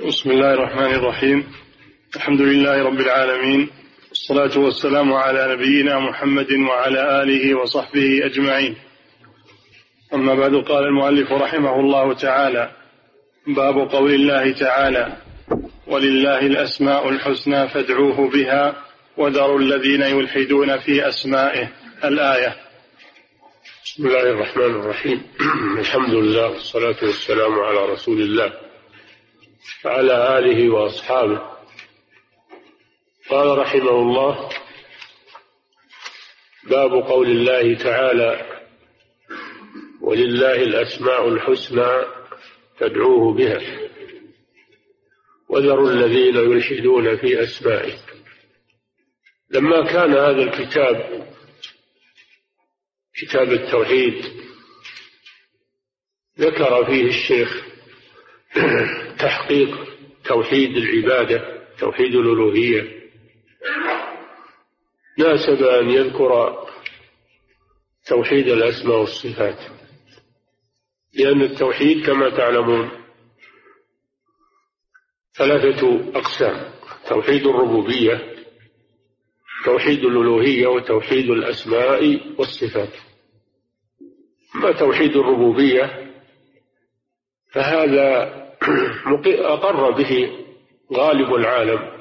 بسم الله الرحمن الرحيم. الحمد لله رب العالمين، والصلاة والسلام على نبينا محمد وعلى آله وصحبه أجمعين. أما بعد، قال المؤلف رحمه الله تعالى: باب قول الله تعالى: ولله الأسماء الحسنى فادعوه بها وذروا الذين يلحدون في أسمائه. الآية. بسم الله الرحمن الرحيم. الحمد لله والصلاة والسلام على رسول الله وعلى آله وأصحابه. قال رحمه الله: باب قول الله تعالى: ولله الأسماء الحسنى فادعوه بها وذروا الذين يلحدون في أسمائه. لما كان هذا الكتاب كتاب التوحيد ذكر فيه الشيخ تحقيق توحيد العبادة، توحيد الألوهية، ناسب أن يذكر توحيد الأسماء والصفات، لأن التوحيد كما تعلمون ثلاثة أقسام: توحيد الربوبية، توحيد الألوهية، وتوحيد الأسماء والصفات. أما توحيد الربوبية فهذا أقر به غالب العالم،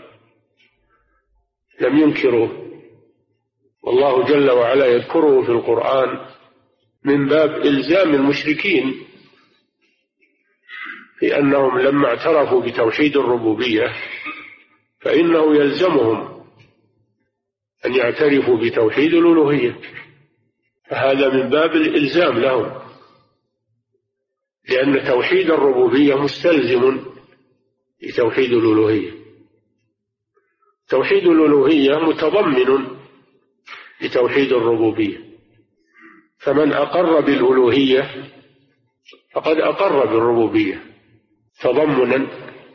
لم ينكره، والله جل وعلا يذكره في القرآن من باب إلزام المشركين في أنهم لما اعترفوا بتوحيد الربوبية فإنه يلزمهم أن يعترفوا بتوحيد الألوهية، فهذا من باب الإلزام لهم، لأن توحيد الربوبية مستلزم لتوحيد الألوهية. توحيد الألوهية متضمن لتوحيد الربوبية، فمن أقر بالألوهية فقد أقر بالربوبية تضمنا،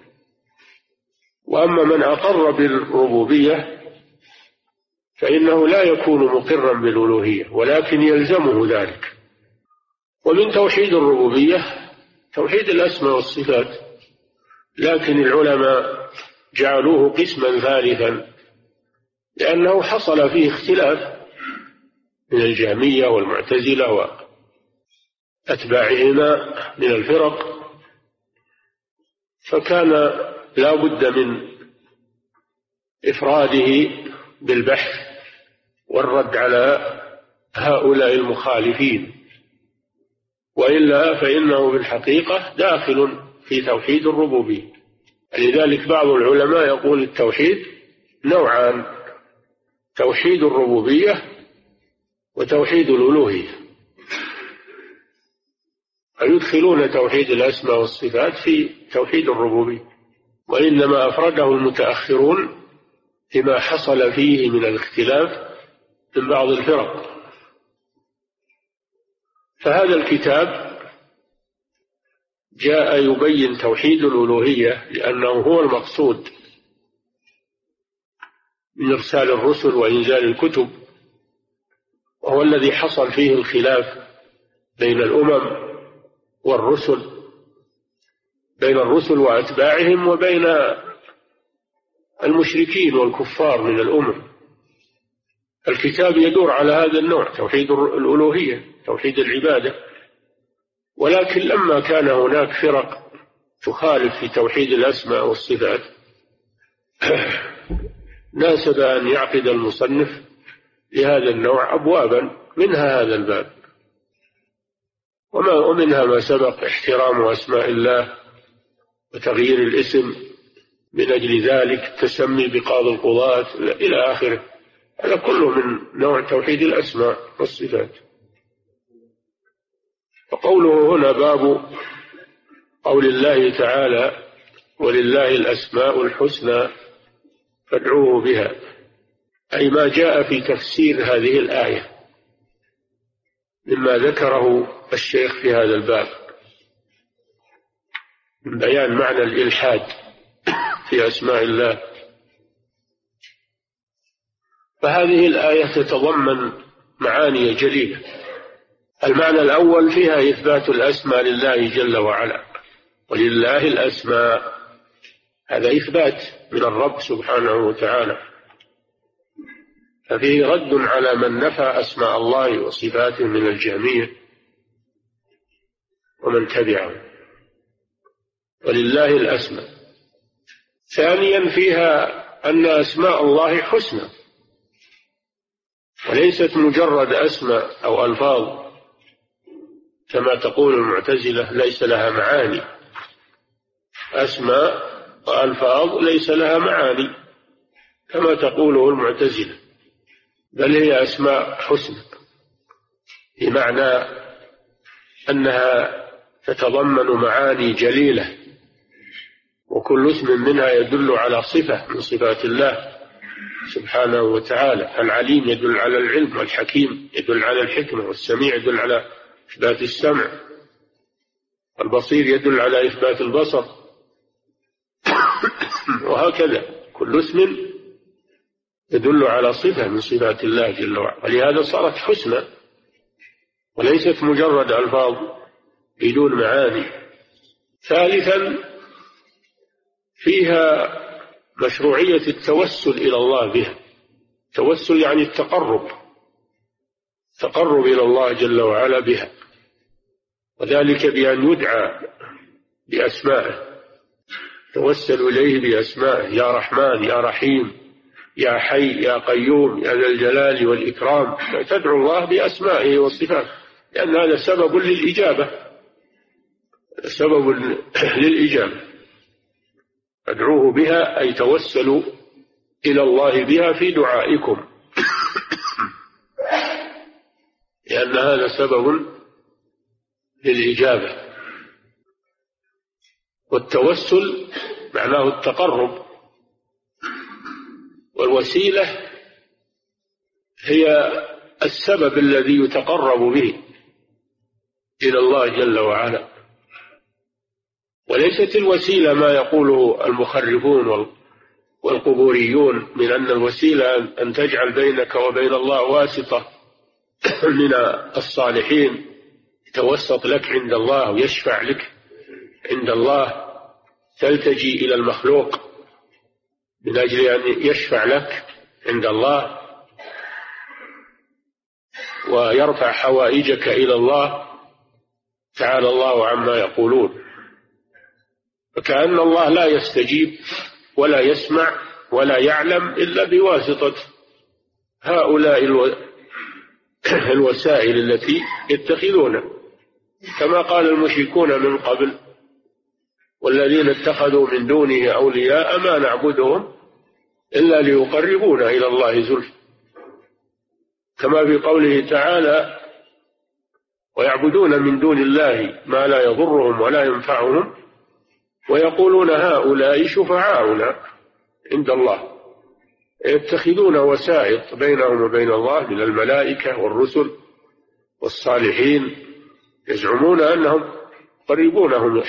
وأما من أقر بالربوبية فإنه لا يكون مقرا بالألوهية، ولكن يلزمه ذلك. ومن توحيد الربوبية توحيد الأسماء والصفات، لكن العلماء جعلوه قسما ثالثا لأنه حصل فيه اختلاف من الجهمية والمعتزلة وأتباعهما من الفرق، فكان لا بد من إفراده بالبحث والرد على هؤلاء المخالفين، وإلا فإنه بالحقيقة داخل في توحيد الربوبية. لذلك بعض العلماء يقول التوحيد نوعان: توحيد الربوبية وتوحيد الألوهية، فيدخلون توحيد الأسماء والصفات في توحيد الربوبية، وإنما أفرده المتأخرون لما حصل فيه من الاختلاف من بعض الفرق. فهذا الكتاب جاء يبين توحيد الألوهية لأنه هو المقصود من إرسال الرسل وإنزال الكتب، وهو الذي حصل فيه الخلاف بين الأمم والرسل، بين الرسل وأتباعهم وبين المشركين والكفار من الأمم. الكتاب يدور على هذا النوع: توحيد الألوهية، توحيد العبادة. ولكن لما كان هناك فرق تخالف في توحيد الأسماء والصفات ناسب أن يعقد المصنف لهذا النوع أبوابا، منها هذا الباب، ومنها ما سبق: احترام أسماء الله وتغيير الاسم من أجل ذلك، التسمي بقاضي القضاة إلى آخره. هذا كله من نوع توحيد الأسماء والصفات. وقوله هنا باب قول الله تعالى: ولله الأسماء الحسنى فادعوه بها، أي ما جاء في تفسير هذه الآية مما ذكره الشيخ في هذا الباب من بيان معنى الإلحاد في أسماء الله. فهذه الآية تتضمن معاني جليلة. المعنى الأول فيها إثبات الأسماء لله جل وعلا، ولله الأسماء هذا إثبات من الرب سبحانه وتعالى، ففيه رد على من نفى أسماء الله وصفاته من الجهمية ومن تبعه. ولله الأسماء. ثانيا فيها أن أسماء الله حسنى وليست مجرد أسماء أو ألفاظ كما تقول المعتزلة ليس لها معاني. أسماء وألفاظ ليس لها معاني كما تقوله المعتزلة، بل هي أسماء حسنى بمعنى أنها تتضمن معاني جليلة، وكل اسم منها يدل على صفة من صفات الله سبحانه وتعالى. العليم يدل على العلم، والحكيم يدل على الحكمة، والسميع يدل على إثبات السمع، والبصير يدل على إثبات البصر، وهكذا كل اسم يدل على صفة من صفات الله جل وعلا، ولهذا صارت حسنى وليست مجرد ألفاظ بدون معاني. ثالثا فيها مشروعية التوسل إلى الله بها. التوسل يعني التقرب إلى الله جل وعلا بها، وذلك بأن يدعى بأسمائه، توسل إليه بأسمائه: يا رحمن، يا رحيم، يا حي، يا قيوم، يا ذا الجلال والإكرام. تدعو الله بأسمائه وصفاته، لأن هذا سبب للإجابة، ادعوه بها أي توسلوا إلى الله بها في دعائكم، لأن هذا سبب للإجابة. والتوسل معناه التقرب، والوسيلة هي السبب الذي يتقرب به إلى الله جل وعلا، وليست الوسيلة ما يقوله المخرفون والقبوريون من أن الوسيلة أن تجعل بينك وبين الله واسطة من الصالحين يتوسط لك عند الله ويشفع لك عند الله، تلتجي إلى المخلوق من أجل أن يشفع لك عند الله ويرفع حوائجك إلى الله. تعالى الله عما يقولون. فكأن الله لا يستجيب ولا يسمع ولا يعلم إلا بواسطة هؤلاء الوسائل التي يتخذونها، كما قال المشركون من قبل: والذين اتخذوا من دونه أولياء ما نعبدهم إلا ليقربونا إلى الله زلفى، كما في قوله تعالى: ويعبدون من دون الله ما لا يضرهم ولا ينفعهم ويقولون هؤلاء شفعاؤنا عند الله. يتخذون وسائط بينهم وبين الله من الملائكة والرسل والصالحين، يزعمون أنهم قريبونهم.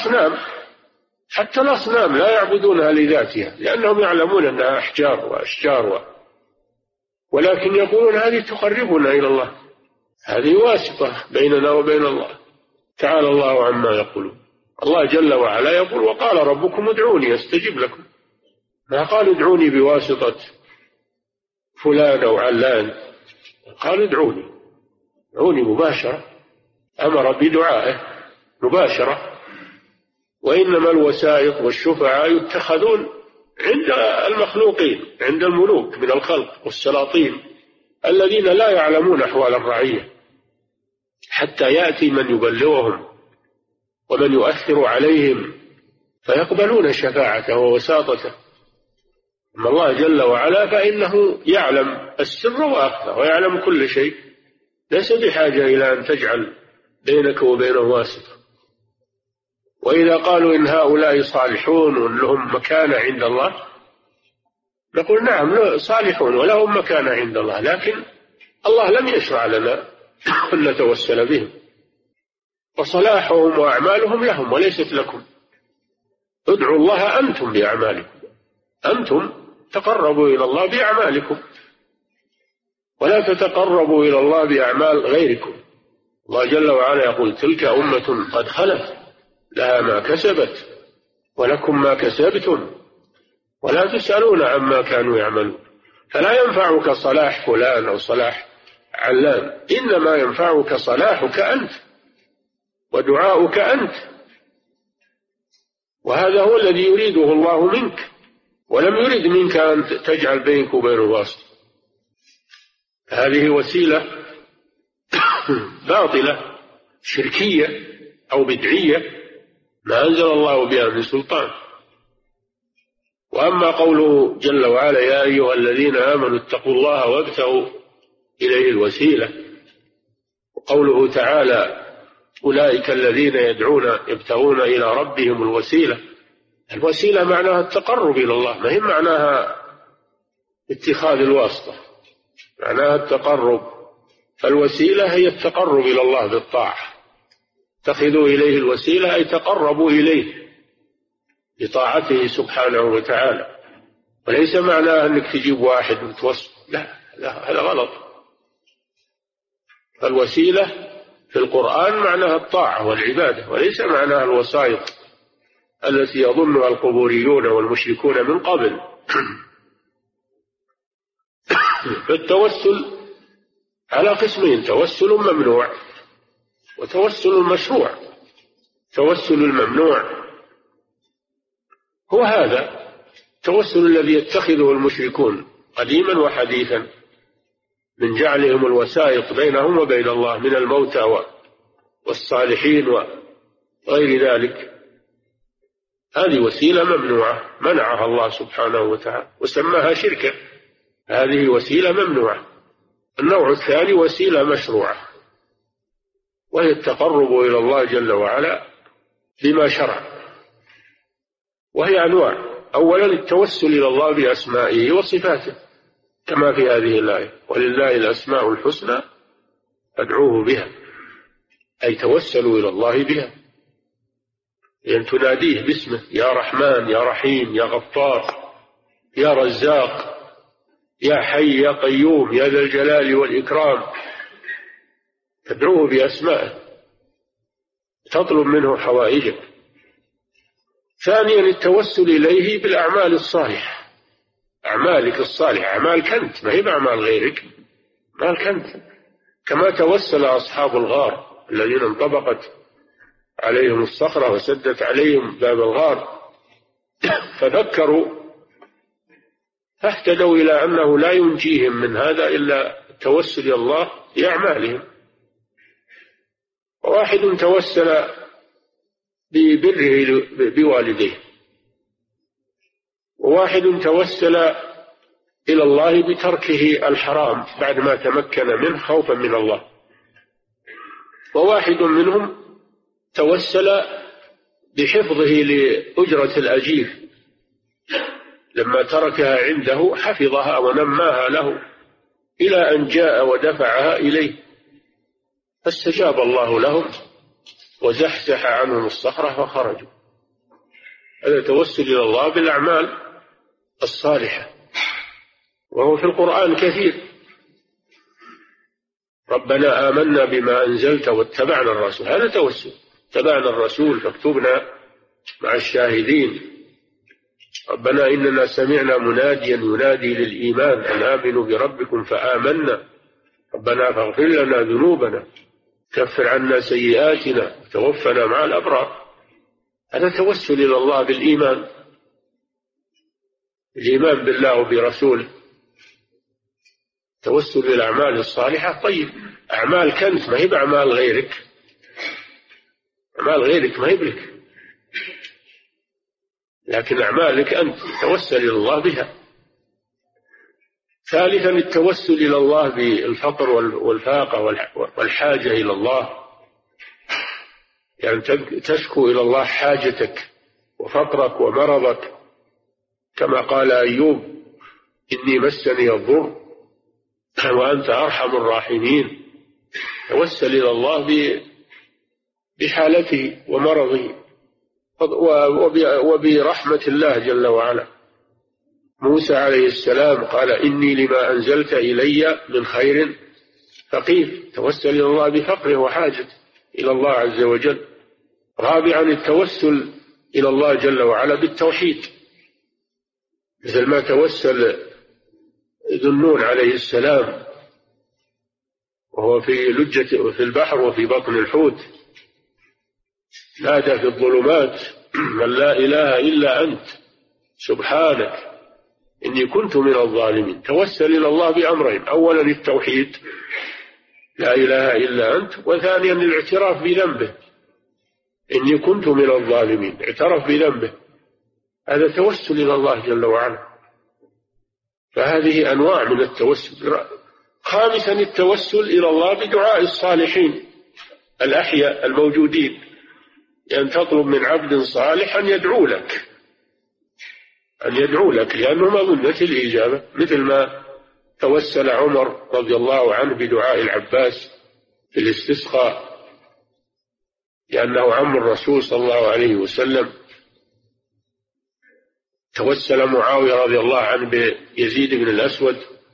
حتى الأصنام لا يعبدونها لذاتها، لأنهم يعلمون أنها أحجار وأشجار، ولكن يقولون هذه تقربنا إلى الله، هذه واسطة بيننا وبين الله. تعالى الله عما يقولون. الله جل وعلا يقول: وقال ربكم ادعوني أستجب لكم. ما قال ادعوني بواسطة فلان أو علان، قال ادعوني مباشرة، أمر بدعائه مباشرة. وإنما الوسائط والشفعاء يتخذون عند المخلوقين، عند الملوك من الخلق والسلاطين الذين لا يعلمون أحوال الرعية، حتى يأتي من يبلغهم ومن يؤثر عليهم فيقبلون شفاعته ووساطته. أما الله جل وعلا فإنه يعلم السر وأخفى ويعلم كل شيء، ليس بحاجة إلى أن تجعل بينك وبينه واسطة. وإذا قالوا إن هؤلاء صالحون ولهم مكانة عند الله، نقول نعم صالحون ولهم مكانة عند الله، لكن الله لم يشرع لنا أن نتوسل بهم، وصلاحهم وأعمالهم لهم وليست لكم. ادعوا الله أنتم بأعمالكم، أنتم تقربوا إلى الله بأعمالكم، ولا تتقربوا إلى الله بأعمال غيركم. الله جل وعلا يقول: تلك أمة قد خلت لها ما كسبت ولكم ما كسبتم ولا تسألون عما كانوا يعملون. فلا ينفعك صلاح فلان أو صلاح علان، إنما ينفعك صلاحك أنت ودعاؤك أنت، وهذا هو الذي يريده الله منك، ولم يرد منك أن تجعل بينك وبين واسطة. هذه وسيلة باطلة شركية أو بدعية ما أنزل الله بها من سلطان. وأما قوله جل وعلا يا أيها الذين آمنوا اتقوا الله وابتغوا إليه الوسيلة، وقوله تعالى أولئك الذين يدعون يبتغون إلى ربهم الوسيلة، الوسيلة معناها التقرب إلى الله، ما هي معناها اتخاذ الواسطة، معناها التقرب. فالوسيلة هي التقرب إلى الله بالطاعة، اتخذوا إليه الوسيلة أي تقربوا إليه بطاعته سبحانه وتعالى، وليس معناه أنك تجيب واحد وتوسط، لا هذا غلط. فالوسيلة في القرآن معناها الطاعة والعبادة، وليس معناها الوسائط التي يظنها القبوريون والمشركون من قبل. فالتوسل على قسمين: توسل ممنوع وتوسل مشروع. توسل الممنوع هو هذا التوسل الذي يتخذه المشركون قديما وحديثا من جعلهم الوسائط بينهم وبين الله من الموتى والصالحين وغير ذلك. هذه وسيلة ممنوعة منعها الله سبحانه وتعالى وسماها شركة، هذه وسيلة ممنوعة. النوع الثاني وسيلة مشروعة، وهي التقرب إلى الله جل وعلا بما شرع، وهي أنواع: أولا التوسل إلى الله بأسمائه وصفاته كما في هذه الآية ولله الأسماء الحسنى فادعوه بها، أي توسلوا إلى الله بها، يعني تناديه باسمه: يا رحمن يا رحيم يا غفار يا رزاق يا حي يا قيوم يا ذا الجلال والإكرام، تدعوه بأسمائه تطلب منه حوائجك. ثانيا التوسل إليه بالأعمال الصالحة، أعمالك الصالحة، أعمال كنت، ما هي بأعمال غيرك، أعمال كنت، كما توسل أصحاب الغار الذين انطبقت عليهم الصخرة وسدت عليهم باب الغار فذكروا فاهتدوا إلى أنه لا ينجيهم من هذا إلا التوسل إلى الله بأعمالهم. وواحد توسل ببره بوالديه، وواحد توسل إلى الله بتركه الحرام بعد ما تمكن منه خوفا من الله، وواحد منهم توسل بحفظه لأجرة الأجير، لما تركها عنده حفظها ونماها له إلى أن جاء ودفعها إليه فاستجاب الله لهم وزحزح عنهم الصخرة فخرجوا. هذا توسل إلى الله بالأعمال الصالحة، وهو في القرآن كثير: ربنا آمنا بما أنزلت واتبعنا الرسول، هذا توسل، اتبعنا الرسول فاكتبنا مع الشاهدين. ربنا إننا سمعنا مناديا ينادي للإيمان أن آمنوا بربكم فآمنا ربنا فاغفر لنا ذنوبنا كفر عنا سيئاتنا وتوفنا مع الأبرار. هذا توسل إلى الله بالإيمان، الإيمان بالله وبرسوله، توسل بالأعمال الصالحة. طيب أعمال كنت، ما هي بأعمال غيرك، أعمال غيرك ما هي بلك، لكن أعمالك أنت توسل إلى الله بها. ثالثا التوسل إلى الله بالفقر والفاقة والحاجة إلى الله، يعني تشكو إلى الله حاجتك وفقرك ومرضك، كما قال أيوب: إني مسني الضر وأنت أرحم الراحمين. توسل إلى الله بحالته ومرضه وبرحمة الله جل وعلا. موسى عليه السلام قال: إني لما أنزلت إلي من خير فقير، توسل إلى الله بفقره وحاجته إلى الله عز وجل. رابعا التوسل إلى الله جل وعلا بالتوحيد، مثل ما توسل ذو النون عليه السلام وهو في لجة في البحر وفي بطن الحوت، نادى في الظلمات من لا إله إلا أنت سبحانك إني كنت من الظالمين. توسل إلى الله بأمرين: أولا التوحيد لا إله إلا أنت، وثانيا الاعتراف بذنبه إني كنت من الظالمين، اعترف بذنبه، هذا توسل إلى الله جل وعلا. فهذه أنواع من التوسل. خامسا التوسل إلى الله بدعاء الصالحين الأحياء الموجودين، يعني تطلب من عبد صالح أن يدعو لك، أن يدعو لك، لأنه مظنة الإجابة، مثل ما توسل عمر رضي الله عنه بدعاء العباس في الاستسقاء لأنه عم الرسول صلى الله عليه وسلم. توسل معاوية رضي الله عنه بيزيد بن الأسود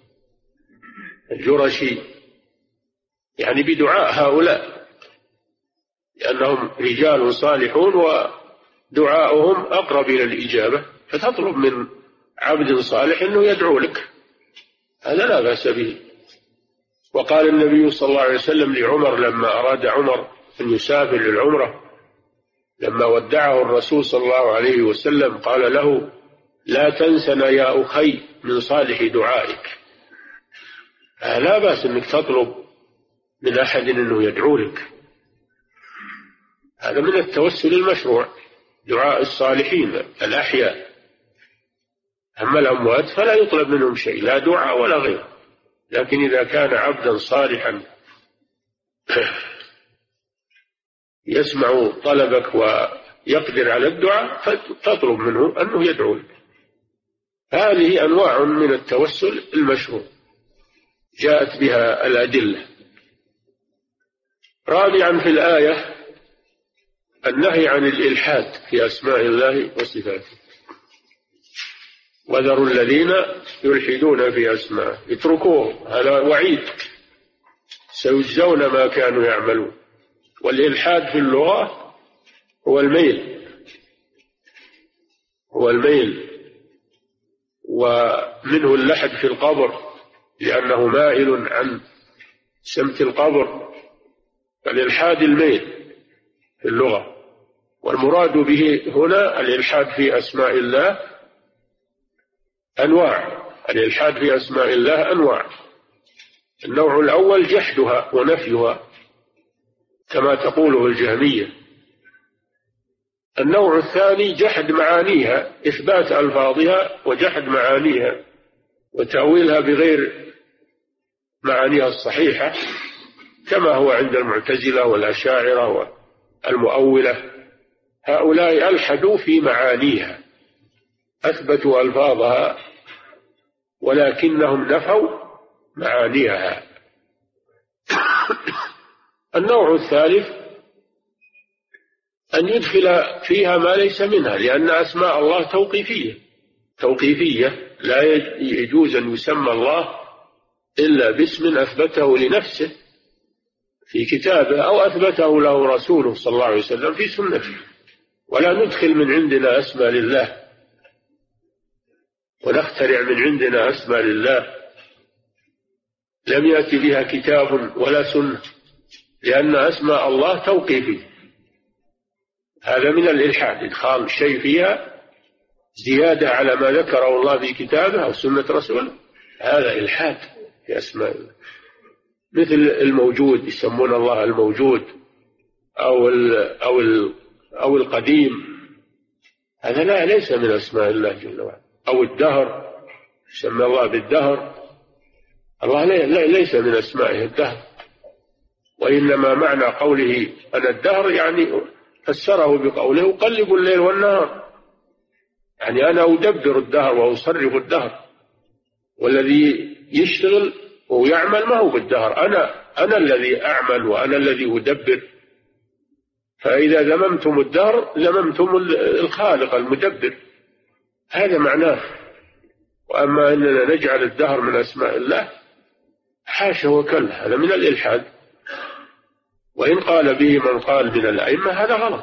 الجرشي، يعني بدعاء هؤلاء، لأنهم رجال صالحون ودعاؤهم أقرب إلى الإجابة، فتطلب من عبد صالح أنه يدعو لك، هذا لا بأس به. وقال النبي صلى الله عليه وسلم لعمر لما أراد عمر أن يسافر للعمرة، لما ودعه الرسول صلى الله عليه وسلم قال له: لا تنسنا يا أخي من صالح دعائك. لا بأس أنك تطلب من أحد أنه يدعو لك، هذا من التوسل المشروع، دعاء الصالحين الأحياء. أما الأموات فلا يطلب منهم شيء، لا دعاء ولا غير، لكن إذا كان عبدا صالحا يسمع طلبك ويقدر على الدعاء فتطلب منه أنه يدعو لك. هذه أنواع من التوسل المشروع جاءت بها الأدلة. رابعا في الآية النهي عن الإلحاد في أسماء الله وصفاته: وذروا الذين يلحدون في أسماء، اتركوه، هذا وعيد، سيجزون ما كانوا يعملون. والإلحاد في اللغة هو الميل، ومنه اللحد في القبر لأنه مائل عن سمت القبر، فالإلحاد الميل في اللغة. والمراد به هنا الإلحاد في أسماء الله أنواع، الإلحاد في أسماء الله أنواع. النوع الأول جحدها ونفيها كما تقوله الجهمية. النوع الثاني جحد معانيها، إثبات ألفاظها وجحد معانيها وتأويلها بغير معانيها الصحيحة، كما هو عند المعتزلة والأشاعرة والمؤولة. هؤلاء ألحدوا في معانيها، أثبتوا ألفاظها ولكنهم نفوا معانيها. النوع الثالث أن يدخل فيها ما ليس منها، لأن أسماء الله توقيفية، لا يجوز أن يسمى الله إلا باسم أثبته لنفسه في كتابه أو أثبته له رسوله صلى الله عليه وسلم في سنته، ولا ندخل من عندنا أسماء لله ونخترع من عندنا أسماء لله لم يأتي بها كتاب ولا سنة، لأن أسماء الله توقيفي. هذا من الإلحاد، إدخال الشيء فيها زيادة على ما ذكره الله في كتابه أو سنة رسوله، هذا إلحاد في أسماء الله. مثل الموجود، يسمون الله الموجود أو القديم، هذا لا ليس من أسماء الله جل وعلا. أو الدهر، يسمى الله بالدهر، الله ليس من أسمائه الدهر، وإنما معنى قوله أنا الدهر يعني فسره بقوله أقلب الليل والنهار، يعني أنا أدبر الدهر وأصرف الدهر، والذي يشتغل ويعمل ما هو بالدهر، أنا الذي أعمل وأنا الذي أدبر. فإذا ذممتم الدهر ذممتم الخالق المدبر، هذا معناه. وأما أننا نجعل الدهر من أسماء الله حاشا وكلا، هذا من الإلحاد، وإن قال به من قال من الأئمة هذا غلط،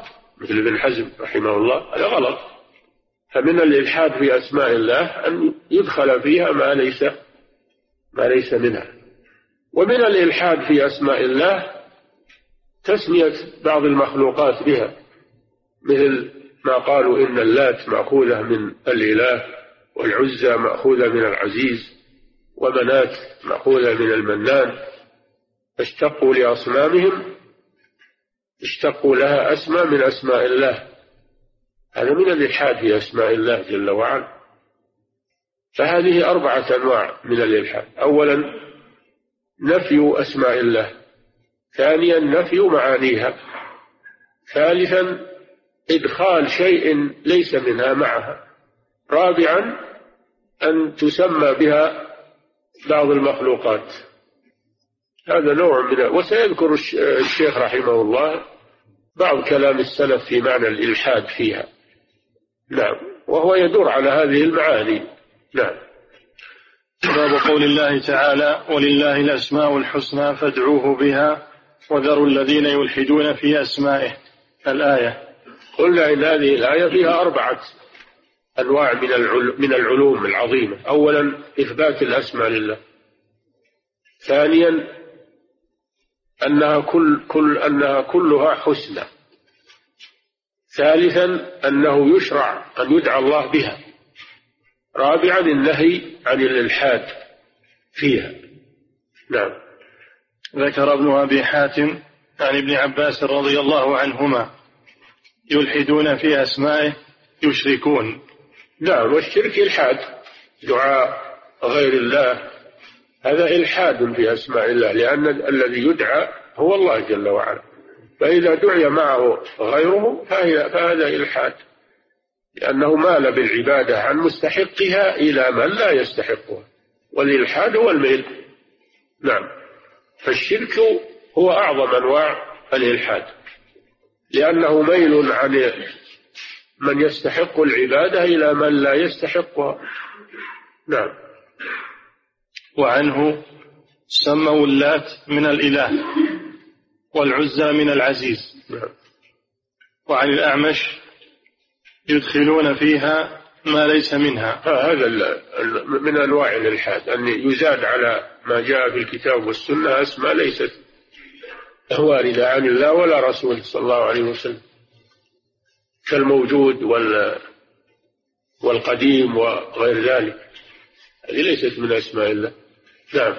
مثل ابن حزم رحمه الله، هذا غلط. فمن الإلحاد في أسماء الله أن يدخل فيها ما ليس منها. ومن الإلحاد في أسماء الله تسمية بعض المخلوقات بها، مثل ما قالوا إن اللات مأخوذة من الإله، والعزى مأخوذة من العزيز، ومنات مأخوذة من المنان، فاشتقوا لأصنامهم اشتقوا لها أسماء من أسماء الله. هذا من الإلحاد في أسماء الله جل وعلا. فهذه 4 أنواع من الإلحاد: أولا نفي أسماء الله، ثانيا نفي معانيها، ثالثا إدخال شيء ليس منها معها، رابعا أن تسمى بها بعض المخلوقات. هذا نوع من وسيذكر الشيخ رحمه الله بعض كلام السلف في معنى الإلحاد فيها. نعم، وهو يدور على هذه المعاني. نعم. باب قول الله تعالى: ولله الأسماء الحسنى فادعوه بها وذروا الذين يلحدون في أسمائه، الآية. قلنا إن هذه الآية فيها 4 أنواع من العلوم العظيمة: أولا إثبات الأسماء لله، ثانيا أنها كلها حسنى، ثالثا أنه يشرع أن يدعى الله بها، رابعا النهي عن الإلحاد فيها. نعم. ذكر ابن أبي حاتم عن ابن عباس رضي الله عنهما: يلحدون في أسمائه يشركون. نعم، والشرك إلحاد، دعاء غير الله هذا إلحاد في أسماء الله، لأن الذي يدعى هو الله جل وعلا، فإذا دعي معه غيره فهذا إلحاد، لأنه مال بالعبادة عن مستحقها إلى من لا يستحقها، والإلحاد هو الميل. نعم. فالشرك هو أعظم أنواع الإلحاد، لأنه ميل عن من يستحق العبادة إلى من لا يستحقها. نعم. وعنه سموا اللات من الإله والعزى من العزيز. نعم. وعن الأعمش يدخلون فيها ما ليس منها. هذا من أنواع الإلحاد، أن يزاد على ما جاء في الكتاب والسنة أسماء ليست واردة عن الله ولا رسول صلى الله عليه وسلم، كالموجود والقديم وغير ذلك، هذه ليست من أسماء الله. نعم.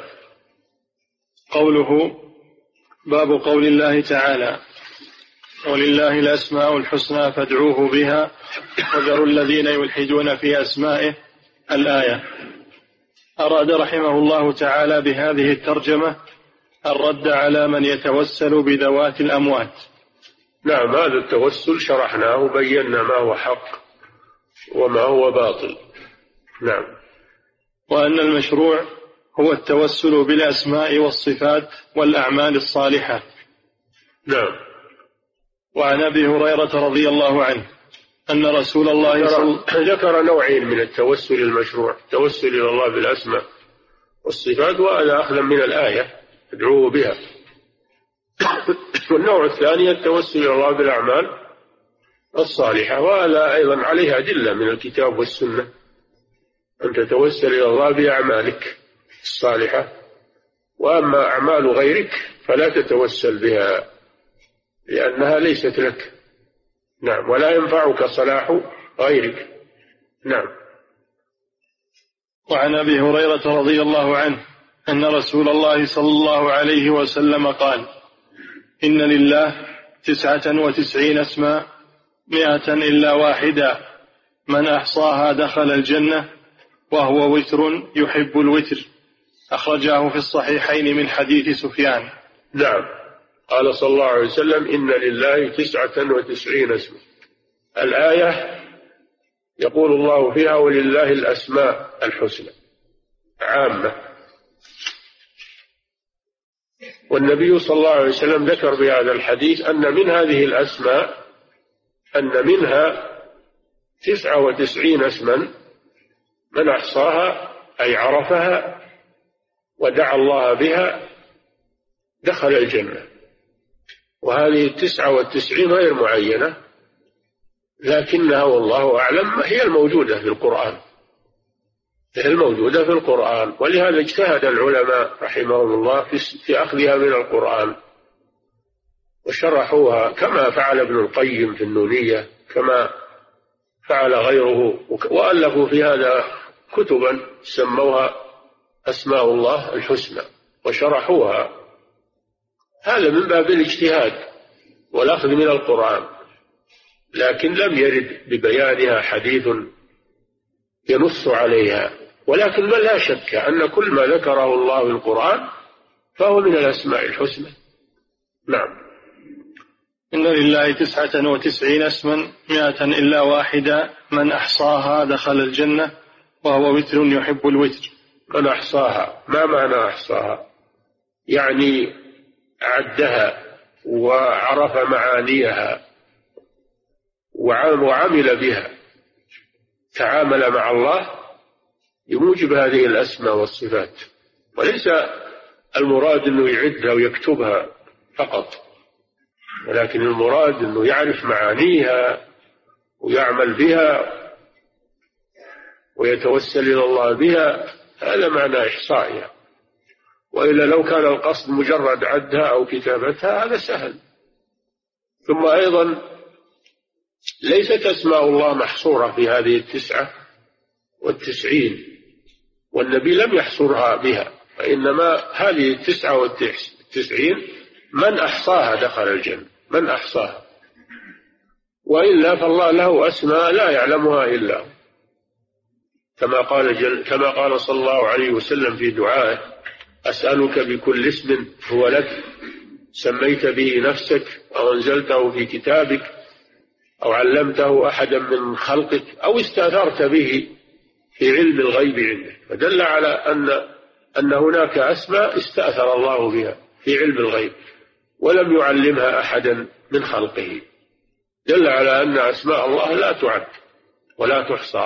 قوله: باب قول الله تعالى: ولله الأسماء الحسنى فادعوه بها وذروا الذين يلحدون في أسمائه، الآية. أراد رحمه الله تعالى بهذه الترجمة الرد على من يتوسل بذوات الأموات. نعم، هذا التوسل شرحناه وبينا ما هو حق وما هو باطل. نعم. وأن المشروع هو التوسل بالأسماء والصفات والأعمال الصالحة. نعم. وعن أبي هريرة رضي الله عنه أن رسول الله ذكر نوعين من التوسل المشروع: التوسل إلى الله بالأسماء والصفات، وهذا أخذا من الآية ادعوه بها. والنوع الثاني التوسل إلى الله بالأعمال الصالحة، وهذا أيضا عليها أدلة من الكتاب والسنة، أن تتوسل إلى الله بأعمالك الصالحة، وأما أعمال غيرك فلا تتوسل بها لأنها ليست لك. نعم. ولا ينفعك صلاح غيرك. نعم. وعن أبي هريرة رضي الله عنه أن رسول الله صلى الله عليه وسلم قال: إن لله 99 اسما 100 إلا واحدا، من أحصاها دخل الجنة وهو وتر يحب الوتر. أخرجاه في الصحيحين من حديث سفيان. نعم. قال صلى الله عليه وسلم: إن لله 99 اسما. الآية يقول الله فيها: ولله الأسماء الحسنى، عامة. والنبي صلى الله عليه وسلم ذكر بهذا الحديث أن من هذه الأسماء أن منها 99 اسما من أحصاها أي عرفها ودعا الله بها دخل الجنة. وهذه 99 غير معينة، لكنها والله أعلم هي الموجودة في القرآن، هي الموجودة في القرآن، ولهذا اجتهد العلماء رحمهم الله في أخذها من القرآن وشرحوها، كما فعل ابن القيم في النونية، كما فعل غيره، وألفوا في هذا كتبا سموها أسماء الله الحسنى وشرحوها. هذا من باب الاجتهاد والأخذ من القرآن، لكن لم يرد ببيانها حديث ينص عليها، ولكن ما لا شك أن كل ما ذكره الله في القرآن فهو من الأسماء الحسنى. نعم. إن لله 99 اسما 100 إلا واحدة، من أحصاها دخل الجنة وهو وتر يحب الوتر. من أحصاها، ما معنى أحصاها؟ يعني عدها وعرف معانيها وعمل بها، تعامل مع الله بموجب هذه الأسماء والصفات، وليس المراد أنه يعدها ويكتبها فقط، ولكن المراد أنه يعرف معانيها ويعمل بها ويتوسل إلى الله بها، هذا معنى إحصائها. وإلا لو كان القصد مجرد عدها أو كتابتها هذا سهل. ثم أيضا ليست أسماء الله محصورة في هذه 99، والنبي لم يحصرها بها، فإنما هذه 99 من أحصاها دخل الجنة، من أحصاها، وإلا فالله له أسماء لا يعلمها إلا هو، كما قال صلى الله عليه وسلم في دعائه: أسألك بكل اسم هو لك سميت به نفسك أو أنزلته في كتابك أو علمته أحدا من خلقك أو استأثرت به في علم الغيب عندك. فدل على أن هناك أسماء استأثر الله بها في علم الغيب ولم يعلمها أحدا من خلقه، دل على أن أسماء الله لا تعد ولا تحصى،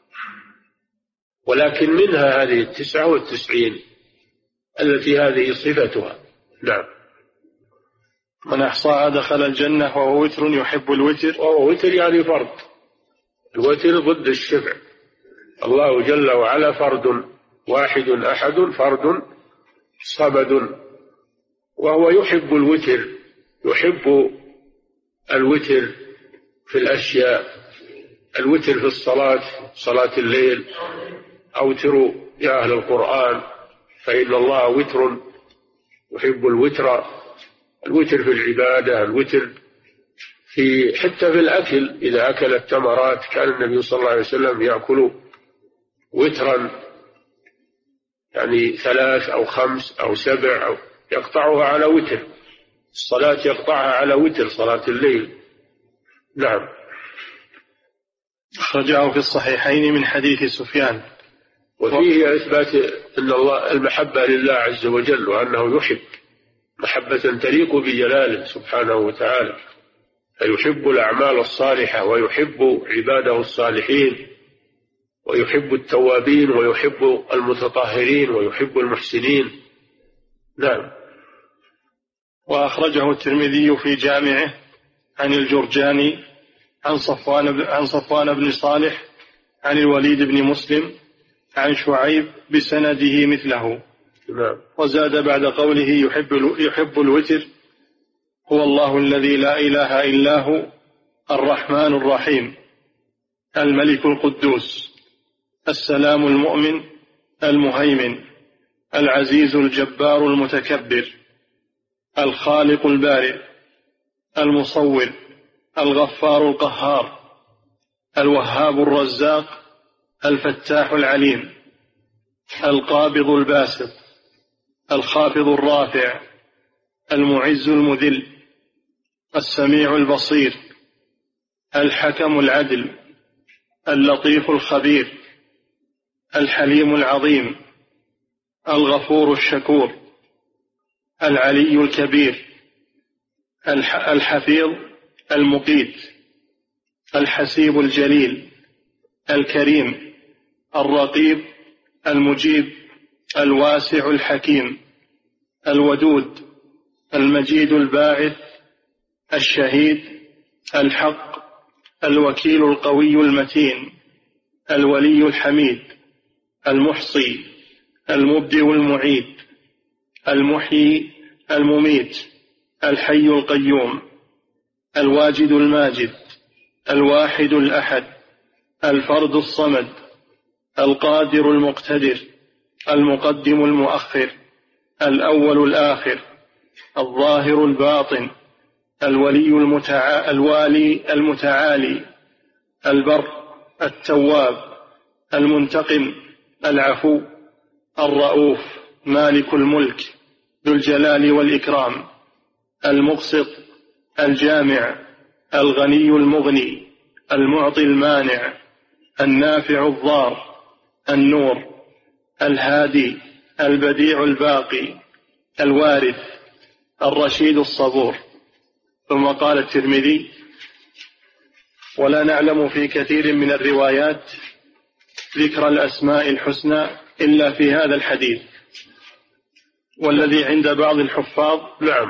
ولكن منها هذه 99 التي هذه صفتها. نعم. من أحصاها دخل الجنة وهو وتر يحب الوتر. وهو وتر يعني فرد، الوتر ضد الشفع. الله جل وعلا فرد واحد أحد، فرد صمد، وهو يحب الوتر، يحب الوتر في الأشياء، الوتر في الصلاة، صلاة الليل، أوتروا يا أهل القرآن فإن الله وتر يحب الوتر، الوتر في العبادة، الوتر حتى في الأكل، إذا أكل التمرات كان النبي صلى الله عليه وسلم يأكل وترا، يعني 3 أو 5 أو 7 أو يقطعها على وتر، الصلاة يقطعها على وتر، صلاة الليل. نعم. أخرجه في الصحيحين من حديث سفيان. وفيه إثبات أن الله المحبة لله عز وجل، وأنه يحب محبة تليق بجلاله سبحانه وتعالى، فيحب الأعمال الصالحة ويحب عباده الصالحين ويحب التوابين ويحب المتطهرين ويحب المحسنين. نعم. وأخرجه الترمذي في جامعه عن الجرجاني عن صفوان بن صالح عن الوليد بن مسلم عن شعيب بسنده مثله. نعم. وزاد بعد قوله يحب الوتر: هو الله الذي لا إله إلا هو الرحمن الرحيم الملك القدوس السلام المؤمن المهيمن العزيز الجبار المتكبر الخالق البارئ المصور الغفار القهار الوهاب الرزاق الفتاح العليم القابض الباسط الخافض الرافع المعز المذل السميع البصير الحكم العدل اللطيف الخبير الحليم العظيم الغفور الشكور العلي الكبير الحفيظ المقيت الحسيب الجليل الكريم الرقيب المجيب الواسع الحكيم الودود المجيد الباعث الشهيد الحق الوكيل القوي المتين، الولي الحميد، المحصي، المبدئ المعيد، المحيي المميت، الحي القيوم، الواجد الماجد، الواحد الأحد، الفرد الصمد، القادر المقتدر، المقدم المؤخر، الأول الآخر، الظاهر الباطن، الوالي المتعالي، البر التواب، المنتقم العفو، الرؤوف مالك الملك ذو الجلال والإكرام، المقسط الجامع، الغني المغني، المعطي المانع، النافع الضار، النور، الهادي، البديع الباقي، الوارث، الرشيد الصبور. ثم قال الترمذي: ولا نعلم في كثير من الروايات ذكر الأسماء الحسنى إلا في هذا الحديث. والذي عند بعض الحفاظ نعم،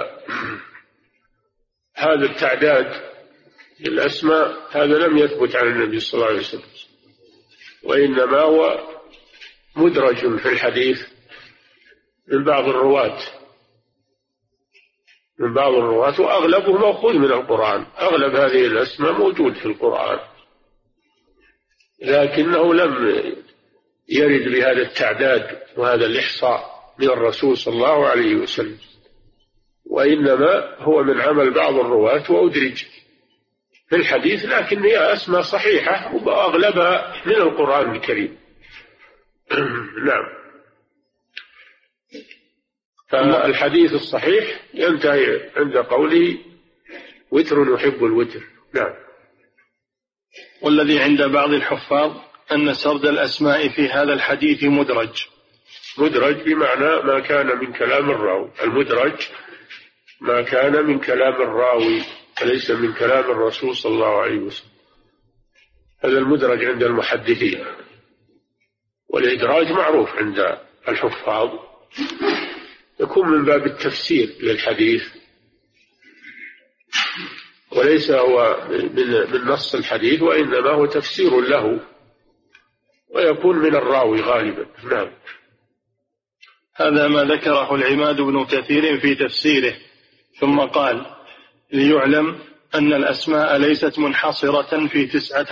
هذا التعداد للأسماء هذا لم يثبت عن النبي صلى الله عليه وسلم، وإنما هو مدرج في الحديث من بعض الرواة، وأغلبه مأخوذ من القرآن. أغلب هذه الأسماء موجود في القرآن، لكنه لم يرد بهذا التعداد وهذا الإحصاء من الرسول صلى الله عليه وسلم، وإنما هو من عمل بعض الرواة وأدرج في الحديث، لكن هي أسماء صحيحة وأغلبها من القرآن الكريم. نعم. فالحديث الصحيح ينتهي عند قوله: وتر يحب الوتر. نعم. والذي عند بعض الحفاظ أن سرد الأسماء في هذا الحديث مدرج بمعنى ما كان من كلام الراوي. المدرج ما كان من كلام الراوي وليس من كلام الرسول صلى الله عليه وسلم. هذا المدرج عند المحدثين، والإدراج معروف عند الحفاظ، يكون من باب التفسير للحديث، وليس هو من نص الحديث، وإنما هو تفسير له، ويكون من الراوي غالبا. نعم. هذا ما ذكره العماد بن كثير في تفسيره. ثم قال: ليعلم أن الأسماء ليست منحصرة في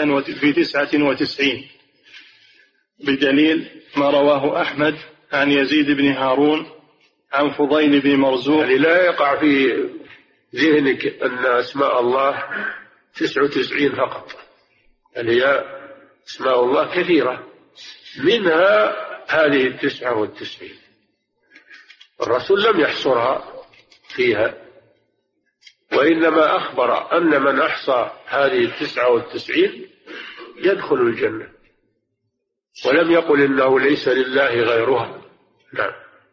99، بدليل ما رواه أحمد عن يزيد بن هارون عن فضيل بن مرزوق. يعني لا يقع في ذهنك أن أسماء الله 99 فقط، يعني هي أسماء الله كثيرة، منها هذه 99. الرسول لم يحصرها فيها، وإنما أخبر أن من أحصى هذه 99 يدخل الجنة، ولم يقل إنه ليس لله غيرها. نعم.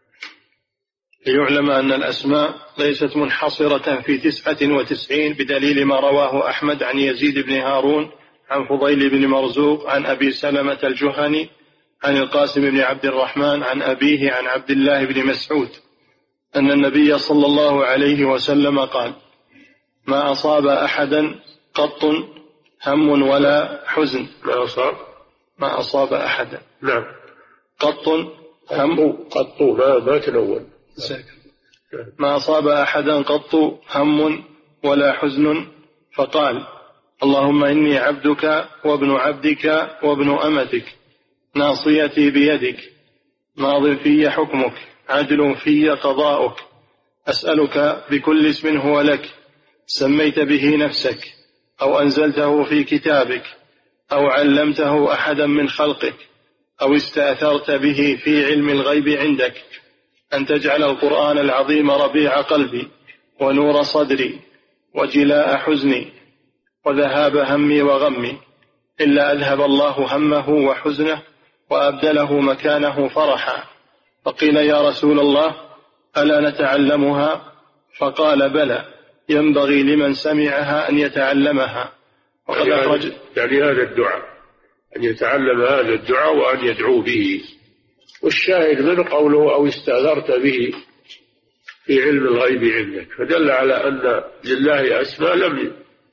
ليعلم أن الأسماء ليست منحصرة في 99، بدليل ما رواه أحمد عن يزيد بن هارون عن فضيل بن مرزوق عن أبي سلمة الجهني عن القاسم بن عبد الرحمن عن أبيه عن عبد الله بن مسعود أن النبي صلى الله عليه وسلم قال: ما أصاب أحدا قط هم ولا حزن. ما أصاب أحدا. نعم. قط هم ما تنون. ما أصاب أحدا قط هم ولا حزن، فقال: اللهم إني عبدك وابن عبدك وابن أمتك، ناصيتي بيدك، ماض في حكمك، عدل في قضاؤك، أسألك بكل اسم هو لك سميت به نفسك أو أنزلته في كتابك أو علمته أحدا من خلقك أو استأثرت به في علم الغيب عندك، أن تجعل القرآن العظيم ربيع قلبي ونور صدري وجلاء حزني وذهاب همي وغمي، إلا أذهب الله همه وحزنه وأبدله مكانه فرحا. فقيل: يا رسول الله ألا نتعلمها؟ فقال: بلى، ينبغي لمن سمعها أن يتعلمها. وقد أخرج يعني هذا الدعاء، أن يتعلم هذا الدعاء وأن يدعو به. والشاهد من قوله أو استأثرت به في علم الغيب عندك، فدل على أن لله أسماء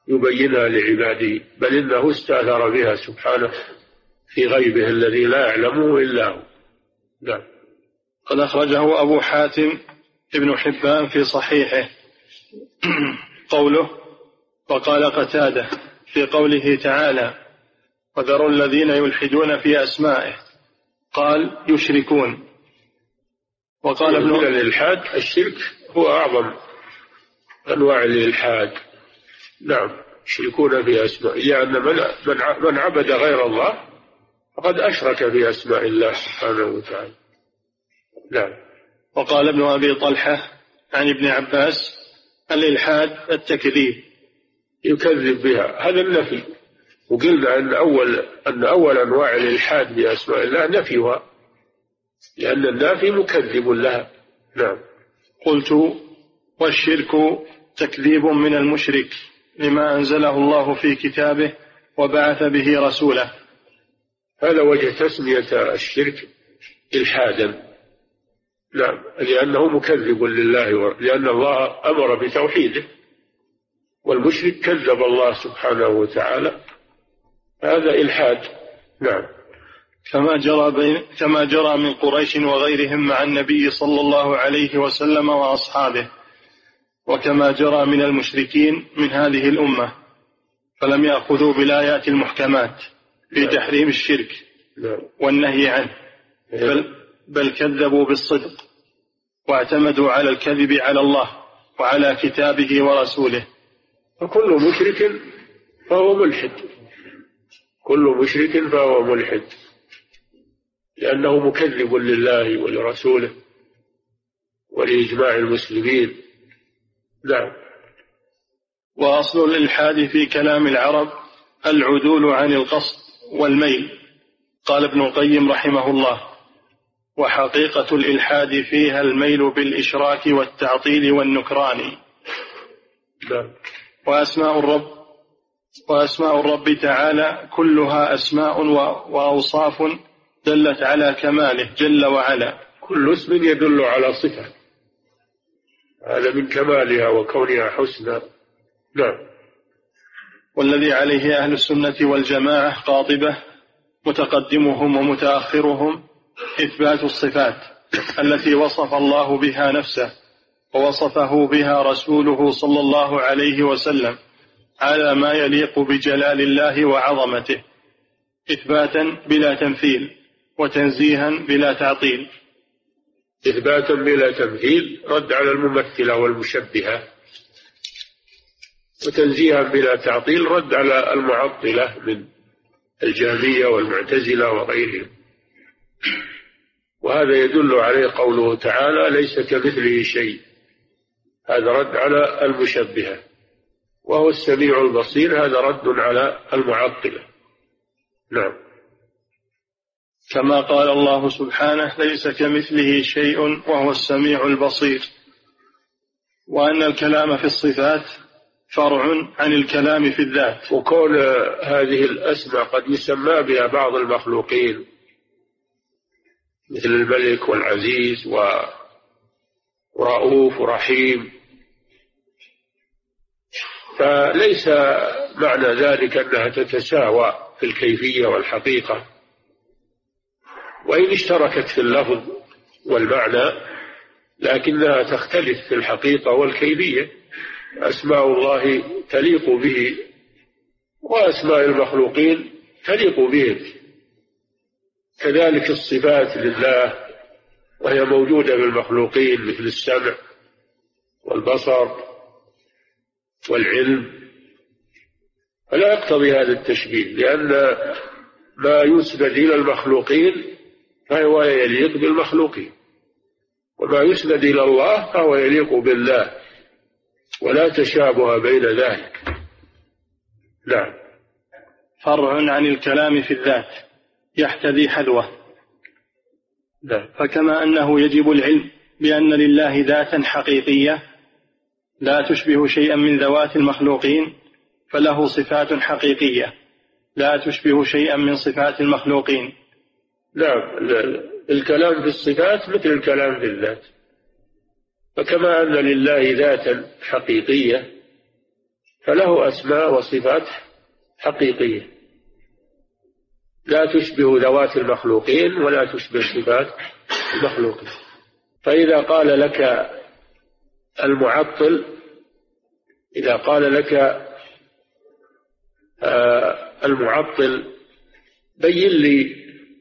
يبينها لعباده، بل إنه استأثر بها سبحانه في غيبه الذي لا يعلمه إلا هو. نعم. قد أخرجه أبو حاتم ابن حبان في صحيحه قوله: وقال قتادة في قوله تعالى: وذروا الذين يلحدون في أسمائه، قال: يشركون. وقال ابن الإلحاد الشرك هو أعظم أنواع الإلحاد. نعم، يشركون في أسمائه، لأن من عبد غير الله فقد أشرك في أسماء الله سبحانه وتعالى. نعم. وقال ابن أبي طلحة عن ابن عباس: الإلحاد التكذيب، يكذب بها، هذا النفي. وقلنا أن أول أنواع الإلحاد بأسماء الله نفيها، لأن النافي مكذب لها. نعم. قلت: والشرك تكذيب من المشرك لما أنزله الله في كتابه وبعث به رسوله. هذا وجه تسمية الشرك إلحادا. نعم، لأنه مكذب لله، لأن الله أمر بتوحيده، والمشرك كذب الله سبحانه وتعالى، هذا إلحاد. نعم. كما جرى من قريش وغيرهم مع النبي صلى الله عليه وسلم وأصحابه، وكما جرى من المشركين من هذه الأمة، فلم يأخذوا بالآيات المحكمات في تحريم الشرك والنهي عنه، بل كذبوا بالصدق واعتمدوا على الكذب على الله وعلى كتابه ورسوله. فكل مشرك فهو ملحد، كل مشرك فهو ملحد، لأنه مكذب لله ولرسوله ولإجماع المسلمين. نعم. وأصل الإلحاد في كلام العرب العدول عن القصد والميل. قال ابن القيم رحمه الله: وحقيقة الإلحاد فيها الميل بالإشراك والتعطيل والنكران. نعم. وأسماء الرب تعالى كلها أسماء وأوصاف دلت على كماله جل وعلا. كل اسم يدل على صفة، هذا من كمالها وكونها حسنى. نعم. والذي عليه أهل السنة والجماعة قاطبة متقدمهم ومتأخرهم إثبات الصفات التي وصف الله بها نفسه ووصفه بها رسوله صلى الله عليه وسلم على ما يليق بجلال الله وعظمته، إثباتا بلا تمثيل وتنزيها بلا تعطيل. إثباتا بلا تمثيل رد على الممثلة والمشبهة، وتنزيها بلا تعطيل رد على المعطلة من الجهمية والمعتزلة وغيرهم. وهذا يدل عليه قوله تعالى: ليس كمثله شيء، هذا رد على المشبهة. وهو السميع البصير، هذا رد على المعطلة. نعم. كما قال الله سبحانه: ليس كمثله شيء وهو السميع البصير. وأن الكلام في الصفات فرع عن الكلام في الذات. وكون هذه الأسماء قد يسمى بها بعض المخلوقين مثل الملك والعزيز ورؤوف ورحيم، فليس معنى ذلك أنها تتساوى في الكيفية والحقيقة، وإن اشتركت في اللفظ والمعنى لكنها تختلف في الحقيقة والكيفية. أسماء الله تليق به، وأسماء المخلوقين تليق بهم. كذلك الصفات لله وهي موجودة بالمخلوقين مثل السمع والبصر والعلم، فلا يقتضي هذا التشبيه، لأن ما يسند إلى المخلوقين فهو يليق بالمخلوقين، وما يسند إلى الله فهو يليق بالله، ولا تشابه بين ذلك. نعم. فرع عن الكلام في الذات يحتذي حذوه. نعم. فكما أنه يجب العلم بأن لله ذاتا حقيقية لا تشبه شيئا من ذوات المخلوقين، فله صفات حقيقية لا تشبه شيئا من صفات المخلوقين. نعم. الكلام في الصفات مثل الكلام في الذات. فكما أن لله ذاتا حقيقية فله أسماء وصفات حقيقية لا تشبه ذوات المخلوقين ولا تشبه صفات المخلوقين. فإذا قال لك المعطل، إذا قال لك المعطل بين لي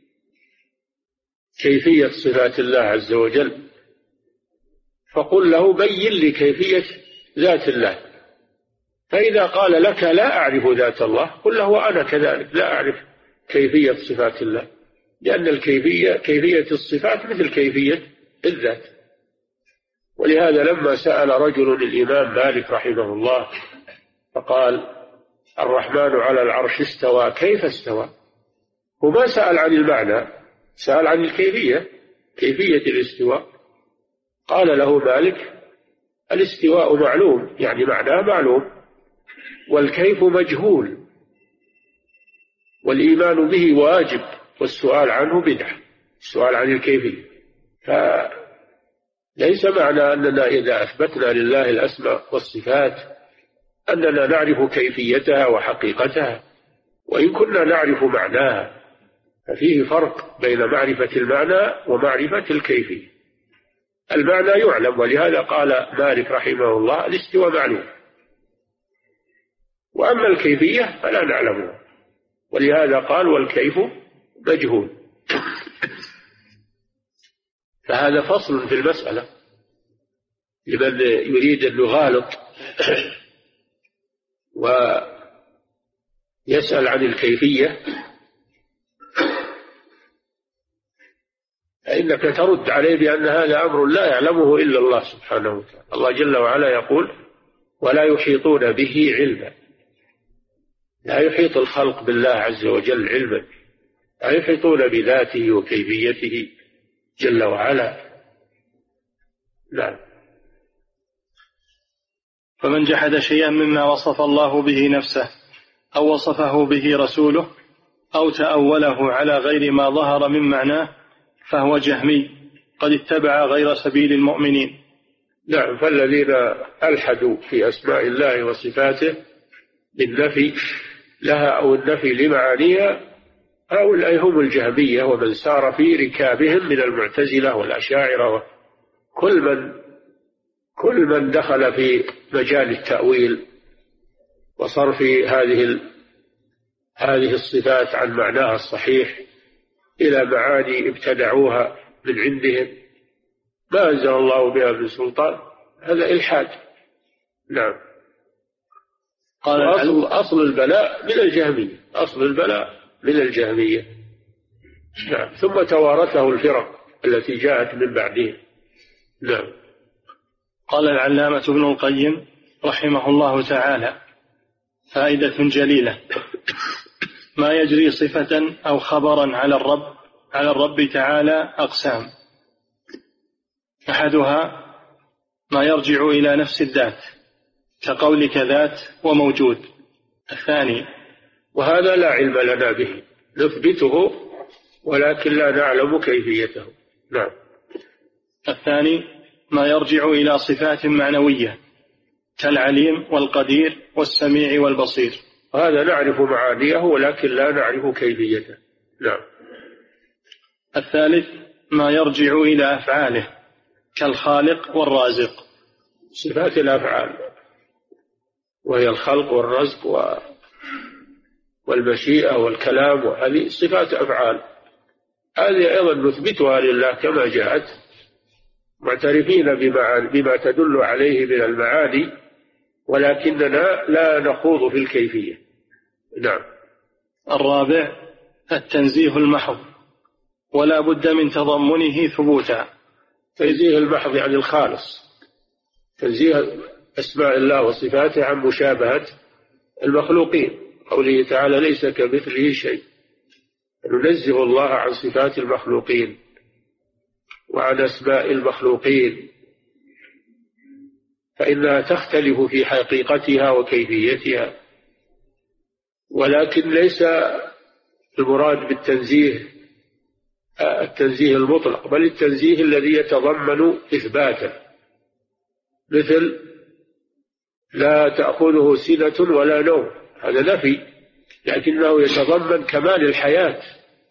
كيفية صفات الله عز وجل، فقل له بين لي كيفية ذات الله. فإذا قال لك لا أعرف ذات الله، قل له وأنا كذلك لا أعرف كيفية صفات الله، لأن كيفية الصفات مثل كيفية الذات. ولهذا لما سأل رجل الإمام مالك رحمه الله فقال الرحمن على العرش استوى كيف استوى، هو ما سأل عن المعنى، سأل عن الكيفية، كيفية الاستواء. قال له مالك الاستواء معلوم، يعني معناه معلوم، والكيف مجهول، والإيمان به واجب، والسؤال عنه بدعة، السؤال عن الكيفية. فليس معنى أننا إذا أثبتنا لله الأسماء والصفات أننا نعرف كيفيتها وحقيقتها، وإن كنا نعرف معناها، ففيه فرق بين معرفة المعنى ومعرفة الكيفية. المعنى يعلم، ولهذا قال مالك رحمه الله الاستواء معلوم، وأما الكيفية فلا نعلمها، ولهذا قال والكيف مجهول. فهذا فصل في المسألة لمن يريد أن يغالط ويسأل عن الكيفية، فإنك ترد عليه بأن هذا أمر لا يعلمه إلا الله سبحانه وتعالى. الله جل وعلا يقول ولا يحيطون به علما، لا يحيط الخلق بالله عز وجل علما، لا يحيطون بذاته وكيفيته جل وعلا. نعم. فمن جحد شيئا مما وصف الله به نفسه أو وصفه به رسوله أو تأوله على غير ما ظهر من معناه فهو جهمي قد اتبع غير سبيل المؤمنين. نعم. فالذين ألحدوا في أسماء الله وصفاته بالنفي لها أو النفي لمعانيها هؤلاء هم الجهمية، ومن سار في ركابهم من المعتزلة والأشاعرة، كل من دخل في مجال التأويل وصرف هذه الصفات عن معناها الصحيح إلى معاني ابتدعوها من عندهم ما أنزل الله بها من سلطان، هذا إلحاد. نعم. قال أصل البلاء من الجهمية، أصل البلاء من الجهمية. نعم. ثم توارثه الفرق التي جاءت من بعدهم. نعم. قال العلامة ابن القيم رحمه الله تعالى فائدة جليلة: ما يجري صفة أو خبرا على الرب تعالى أقسام: أحدها ما يرجع إلى نفس الذات كقولك ذات وموجود. الثاني، وهذا لا علم لنا به، نثبته ولكن لا نعلم كيفيته. نعم. الثاني ما يرجع إلى صفات معنوية كالعليم والقدير والسميع والبصير، هذا نعرف معانيه ولكن لا نعرف كيفيته. نعم. الثالث ما يرجع إلى أفعاله كالخالق والرازق، صفات الأفعال وهي الخلق والرزق والمشيئة والكلام، وهذه صفات أفعال، هذه أيضا نثبتها لله كما جاءت، معترفين بما تدل عليه من المعاني، ولكننا لا نخوض في الكيفية. نعم. الرابع التنزيه المحض ولا بد من تضمنه ثبوتا. تنزيه المحض يعني الخالص، تنزيه أسماء الله وصفاته عن مشابهة المخلوقين، قوله تعالى ليس كمثله شيء، ننزه الله عن صفات المخلوقين وعن أسماء المخلوقين، فإنها تختلف في حقيقتها وكيفيتها، ولكن ليس المراد بالتنزيه التنزيه المطلق، بل التنزيه الذي يتضمن إثباتا، مثل لا تأخذه سنة ولا نوم، هذا نفي، لكنه يتضمن كمال الحياة،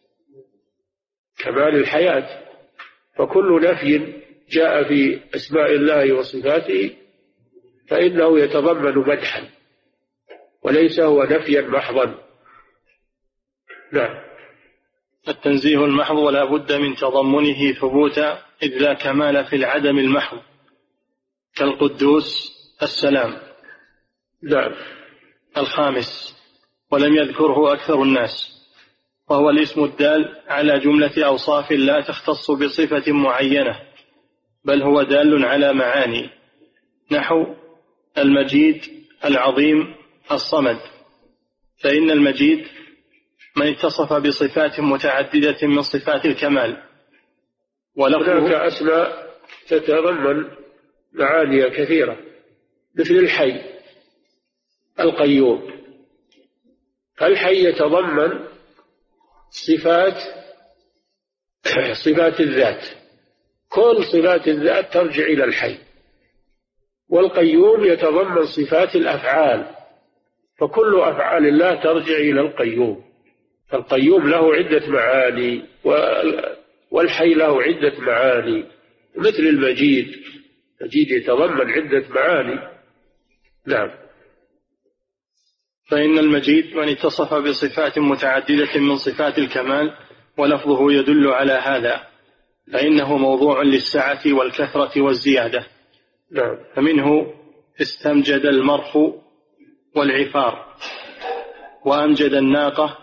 كمال الحياة. فكل نفي جاء في أسماء الله وصفاته فإنه يتضمن مدحا وليس هو نفيا محضا. نعم. التنزيه المحض ولا بد من تضمنه ثبوتا، إذ لا كمال في العدم المحض، كالقدوس السلام. نعم. الخامس ولم يذكره أكثر الناس، وهو الاسم الدال على جملة أوصاف لا تختص بصفة معينة، بل هو دال على معاني، نحو المجيد، العظيم، الصمد. فإن المجيد من اتصف بصفات متعددة من صفات الكمال، هناك أسماء تتضمن معاني كثيرة، مثل الحي، القيوم. الحي يتضمن صفات الذات، كل صفات الذات ترجع إلى الحي. والقيوم يتضمن صفات الأفعال، فكل أفعال الله ترجع إلى القيوم. فالقيوم له عدة معاني والحي له عدة معاني، مثل المجيد يتضمن عدة معاني. نعم. فإن المجيد من اتصف بصفات متعددة من صفات الكمال، ولفظه يدل على هذا، فإنه موضوع للسعة والكثرة والزيادة. نعم. فمنه استمجد المرخ والعفار، وأمجد الناقة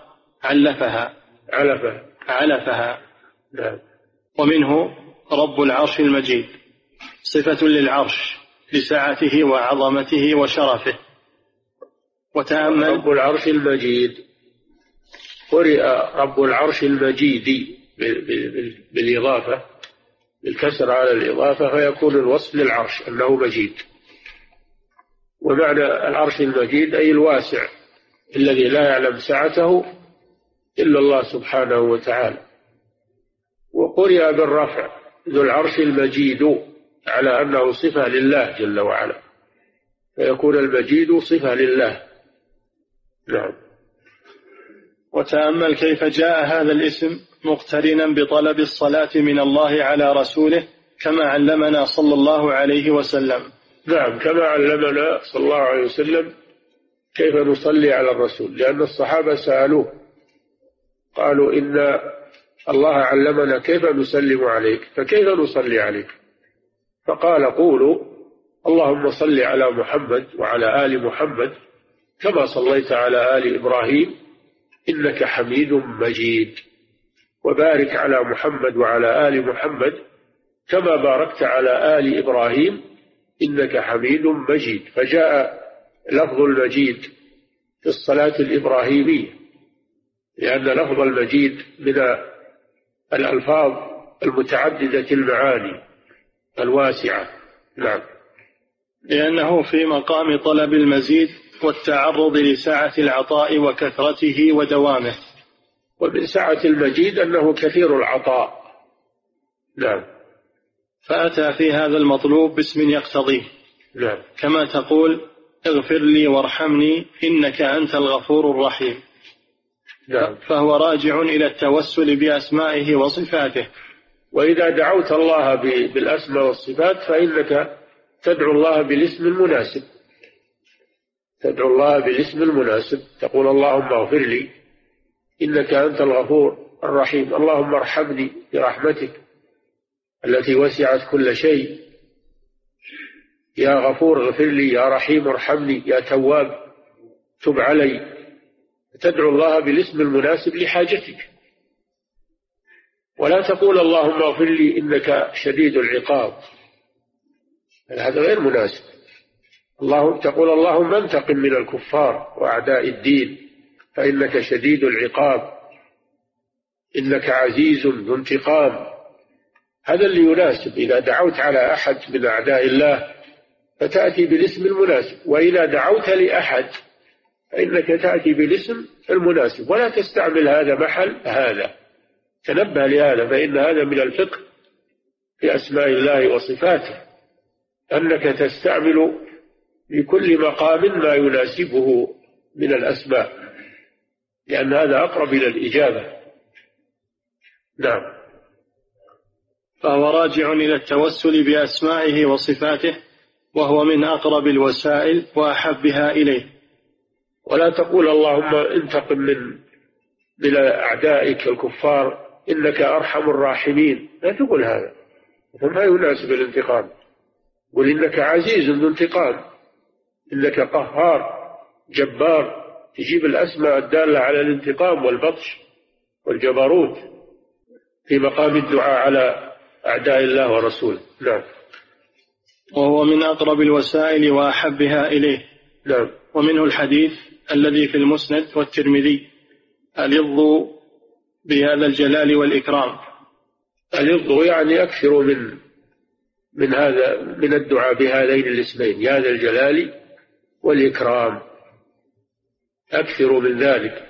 علفها. نعم. ومنه رب العرش المجيد، صفة للعرش لسعته وعظمته وشرفه. وتأمل رب العرش المجيد، قرئ رب العرش المجيد بالإضافة، بالكسر على الإضافة، فيكون الوصف للعرش أنه مجيد. ومعنى العرش المجيد أي الواسع الذي لا يعلم سعته إلا الله سبحانه وتعالى. وقرئ بالرفع ذو العرش المجيد على أنه صفة لله جل وعلا، فيكون المجيد صفة لله. نعم. وتأمل كيف جاء هذا الاسم مقترنا بطلب الصلاة من الله على رسوله، كما علمنا صلى الله عليه وسلم. نعم، كما علمنا صلى الله عليه وسلم كيف نصلي على الرسول، لأن الصحابة سألوه قالوا إن الله علمنا كيف نسلم عليك، فكيف نصلي عليك؟ فقال قولوا اللهم صل على محمد وعلى آل محمد كما صليت على آل إبراهيم إنك حميد مجيد، وبارك على محمد وعلى آل محمد كما باركت على آل إبراهيم إنك حميد مجيد. فجاء لفظ المجيد في الصلاة الإبراهيمية، لأن لفظ المجيد من الألفاظ المتعددة المعاني الواسعة. نعم. لأنه في مقام طلب المزيد والتعرض لسعة العطاء وكثرته ودوامه. ومن سعة المجيد أنه كثير العطاء. نعم. فأتى في هذا المطلوب باسم يقتضيه. نعم. كما تقول اغفر لي وارحمني إنك أنت الغفور الرحيم. نعم. فهو راجع إلى التوسل بأسمائه وصفاته. وإذا دعوت الله بالأسماء والصفات فإنك تدعو الله بالاسم المناسب، تدعو الله بالاسم المناسب، تقول اللهم اغفر لي إنك أنت الغفور الرحيم، اللهم ارحمني برحمتك التي وسعت كل شيء، يا غفور اغفر لي، يا رحيم ارحمني، يا تواب تب علي. تدعو الله بالاسم المناسب لحاجتك، ولا تقول اللهم اغفر لي إنك شديد العقاب، هذا غير مناسب. تقول اللهم انتقم من الكفار وأعداء الدين فإنك شديد العقاب، إنك عزيز ذو انتقام. هذا اللي يناسب. إذا دعوت على أحد من أعداء الله فتأتي بالاسم المناسب، وإذا دعوت لأحد فإنك تأتي بالاسم المناسب، ولا تستعمل هذا محل هذا. تنبه لهذا، فإن هذا من الفقه في أسماء الله وصفاته، أنك تستعمل لكل مقام ما يناسبه من الأسماء، لأن هذا أقرب إلى الإجابة. نعم. فهو راجع إلى التوسل بأسمائه وصفاته، وهو من أقرب الوسائل وأحبها إليه. ولا تقول اللهم انتقم من أعدائك الكفار إنك أرحم الراحمين، لا تقول هذا، فما يناسب الانتقام. قل إنك عزيز ذو انتقام، إنك قهار جبار، تجيب الأسماء الدالة على الانتقام والبطش والجبروت في مقام الدعاء على أعداء الله ورسوله. نعم. وهو من أقرب الوسائل وأحبها إليه. نعم. ومنه الحديث الذي في المسند والترمذي: ألظوا بهذا الجلال والإكرام. ألظوا يعني أكثروا من هذا، من الدعاء بهذين الاسمين، يا ذا الجلال والإكرام، أكثروا من ذلك،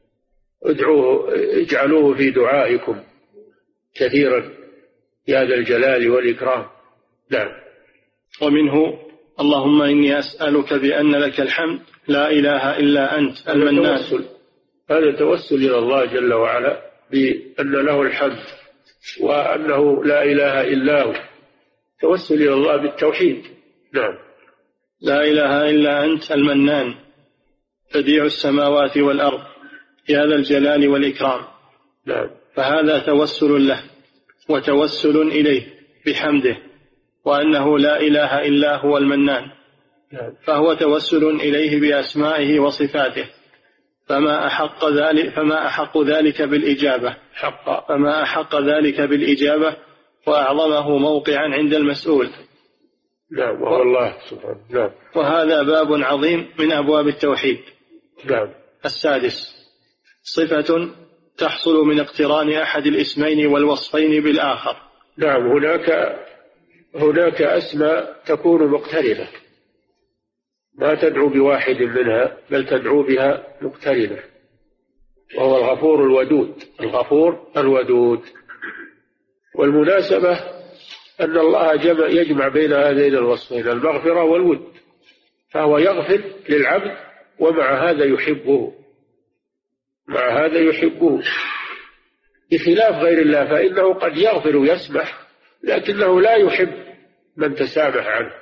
ادعوه، اجعلوه في دعائكم كثيرا، يا ذا الجلال والإكرام. نعم. ومنه: اللهم إني أسألك بأن لك الحمد لا إله إلا أنت المنان. هذا توسل إلى الله جل وعلا بأن له الحمد وأنه لا إله إلا هو، توسل إلى الله بالتوحيد. نعم. لا إله إلا أنت المنان بديع السماوات والأرض يا ذا الجلال والإكرام. نعم. فهذا توسل له وتوسل إليه بحمده، وأنه لا إله إلا هو المنان. نعم. فهو توسل إليه بأسمائه وصفاته، فما أحق ذلك بالإجابة، فما أحق ذلك بالإجابة وأعظمه موقعا عند المسؤول. نعم. والله سبحانه. نعم. وهذا باب عظيم من أبواب التوحيد. نعم. السادس: صفة تحصل من اقتران أحد الاسمين والوصفين بالآخر. نعم. هناك أسماء تكون مقترنة، ما تدعو بواحد منها بل تدعو بها مقترنة، وهو الغفور الودود. الغفور الودود. والمناسبة أن الله يجمع بين هذين الوصفين، المغفرة والود، فهو يغفر للعبد ومع هذا يحبه، مع هذا يحبه، بخلاف غير الله فإنه قد يغفر ويسمح لكنه لا يحب من تسامح عنه.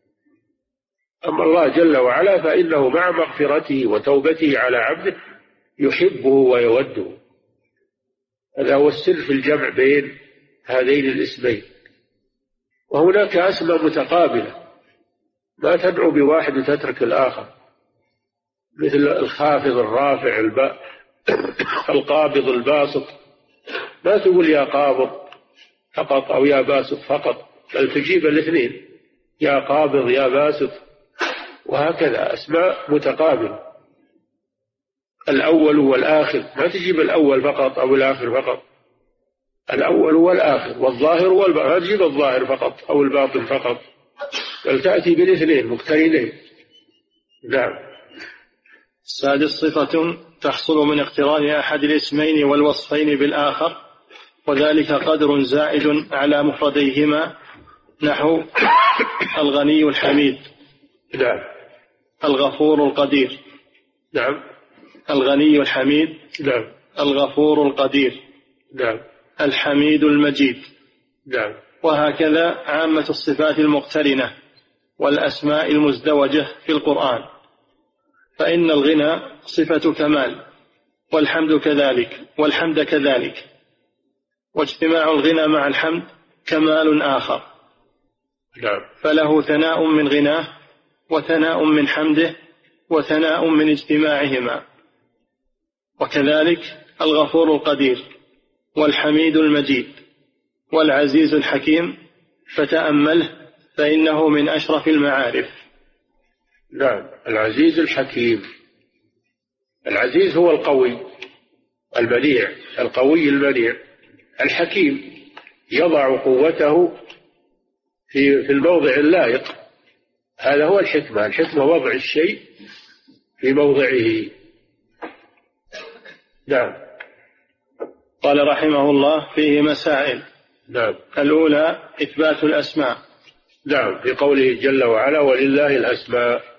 أما الله جل وعلا فإنه مع مغفرته وتوبته على عبده يحبه ويوده. هذا هو السر في الجمع بين هذين الاسمين. وهناك أسماء متقابلة ما تدعو بواحد وتترك الآخر، مثل الخافض الرافع القابض الباسط، ما تقول يا قابض فقط أو يا باسط فقط، بل تجيب الاثنين، يا قابض يا باسط، وهكذا أسماء متقابلة. الأول والآخر، ما تجيب الأول فقط أو الآخر فقط، الأول والآخر والظاهر والباطن، ما تجيب الظاهر فقط أو الباطن فقط، بل تأتي بالاثنين مقترنين. نعم. السادس: صفة تحصل من اقتران أحد الاسمين والوصفين بالآخر، وذلك قدر زائد على مفرديهما، نحو الغني الحميد. نعم. الغفور القدير. نعم. الغني الحميد. نعم. الغفور القدير. نعم. الحميد المجيد. نعم. وهكذا عامة الصفات المقترنة والأسماء المزدوجة في القرآن. فإن الغنى صفة كمال، والحمد كذلك، والحمد كذلك، واجتماع الغنى مع الحمد كمال آخر. نعم. فله ثناء من غناه وثناء من حمده وثناء من اجتماعهما. وكذلك الغفور القدير والحميد المجيد والعزيز الحكيم، فتأمله فإنه من أشرف المعارف. نعم. العزيز الحكيم. العزيز هو القوي المنيع، القوي المنيع. الحكيم يضع قوته في الموضع اللائق، هذا هو الحكمة. الحكمة وضع الشيء في موضعه. نعم. قال رحمه الله: فيه مسائل. نعم. الأولى: إثبات الأسماء. نعم. في قوله جل وعلا: ولله الأسماء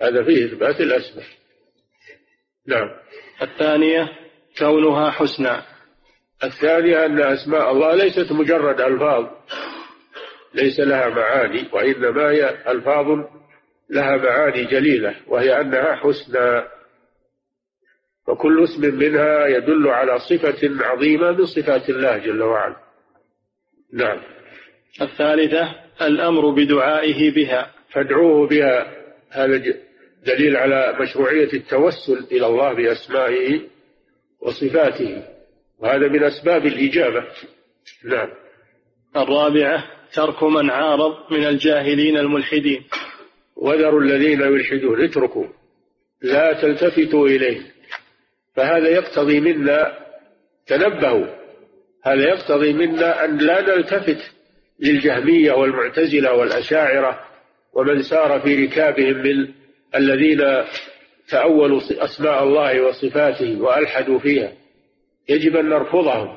هذا فيه إثبات الأسماء. نعم. الثانية كونها حسنى. الثانية أن أسماء الله ليست مجرد ألفاظ ليس لها معاني، وإنما هي ألفاظ لها معاني جليلة، وهي أنها حسنى، وكل اسم منها يدل على صفة عظيمة من صفات الله جل وعلا. نعم. الثالثة الأمر بدعائه بها، فادعوه بها، هذا دليل على مشروعية التوسل إلى الله بأسمائه وصفاته، وهذا من أسباب الإجابة. نعم. الرابعة ترك من عارض من الجاهلين الملحدين. وذروا الذين يلحدون، اتركوا، لا تلتفتوا إليه. فهذا يقتضي منا، تنبهوا، هذا يقتضي منا أن لا نلتفت للجهمية والمعتزلة والأشاعرة ومن سار في ركابهم من الذين تأولوا أسماء الله وصفاته وألحدوا فيها. يجب أن نرفضهم،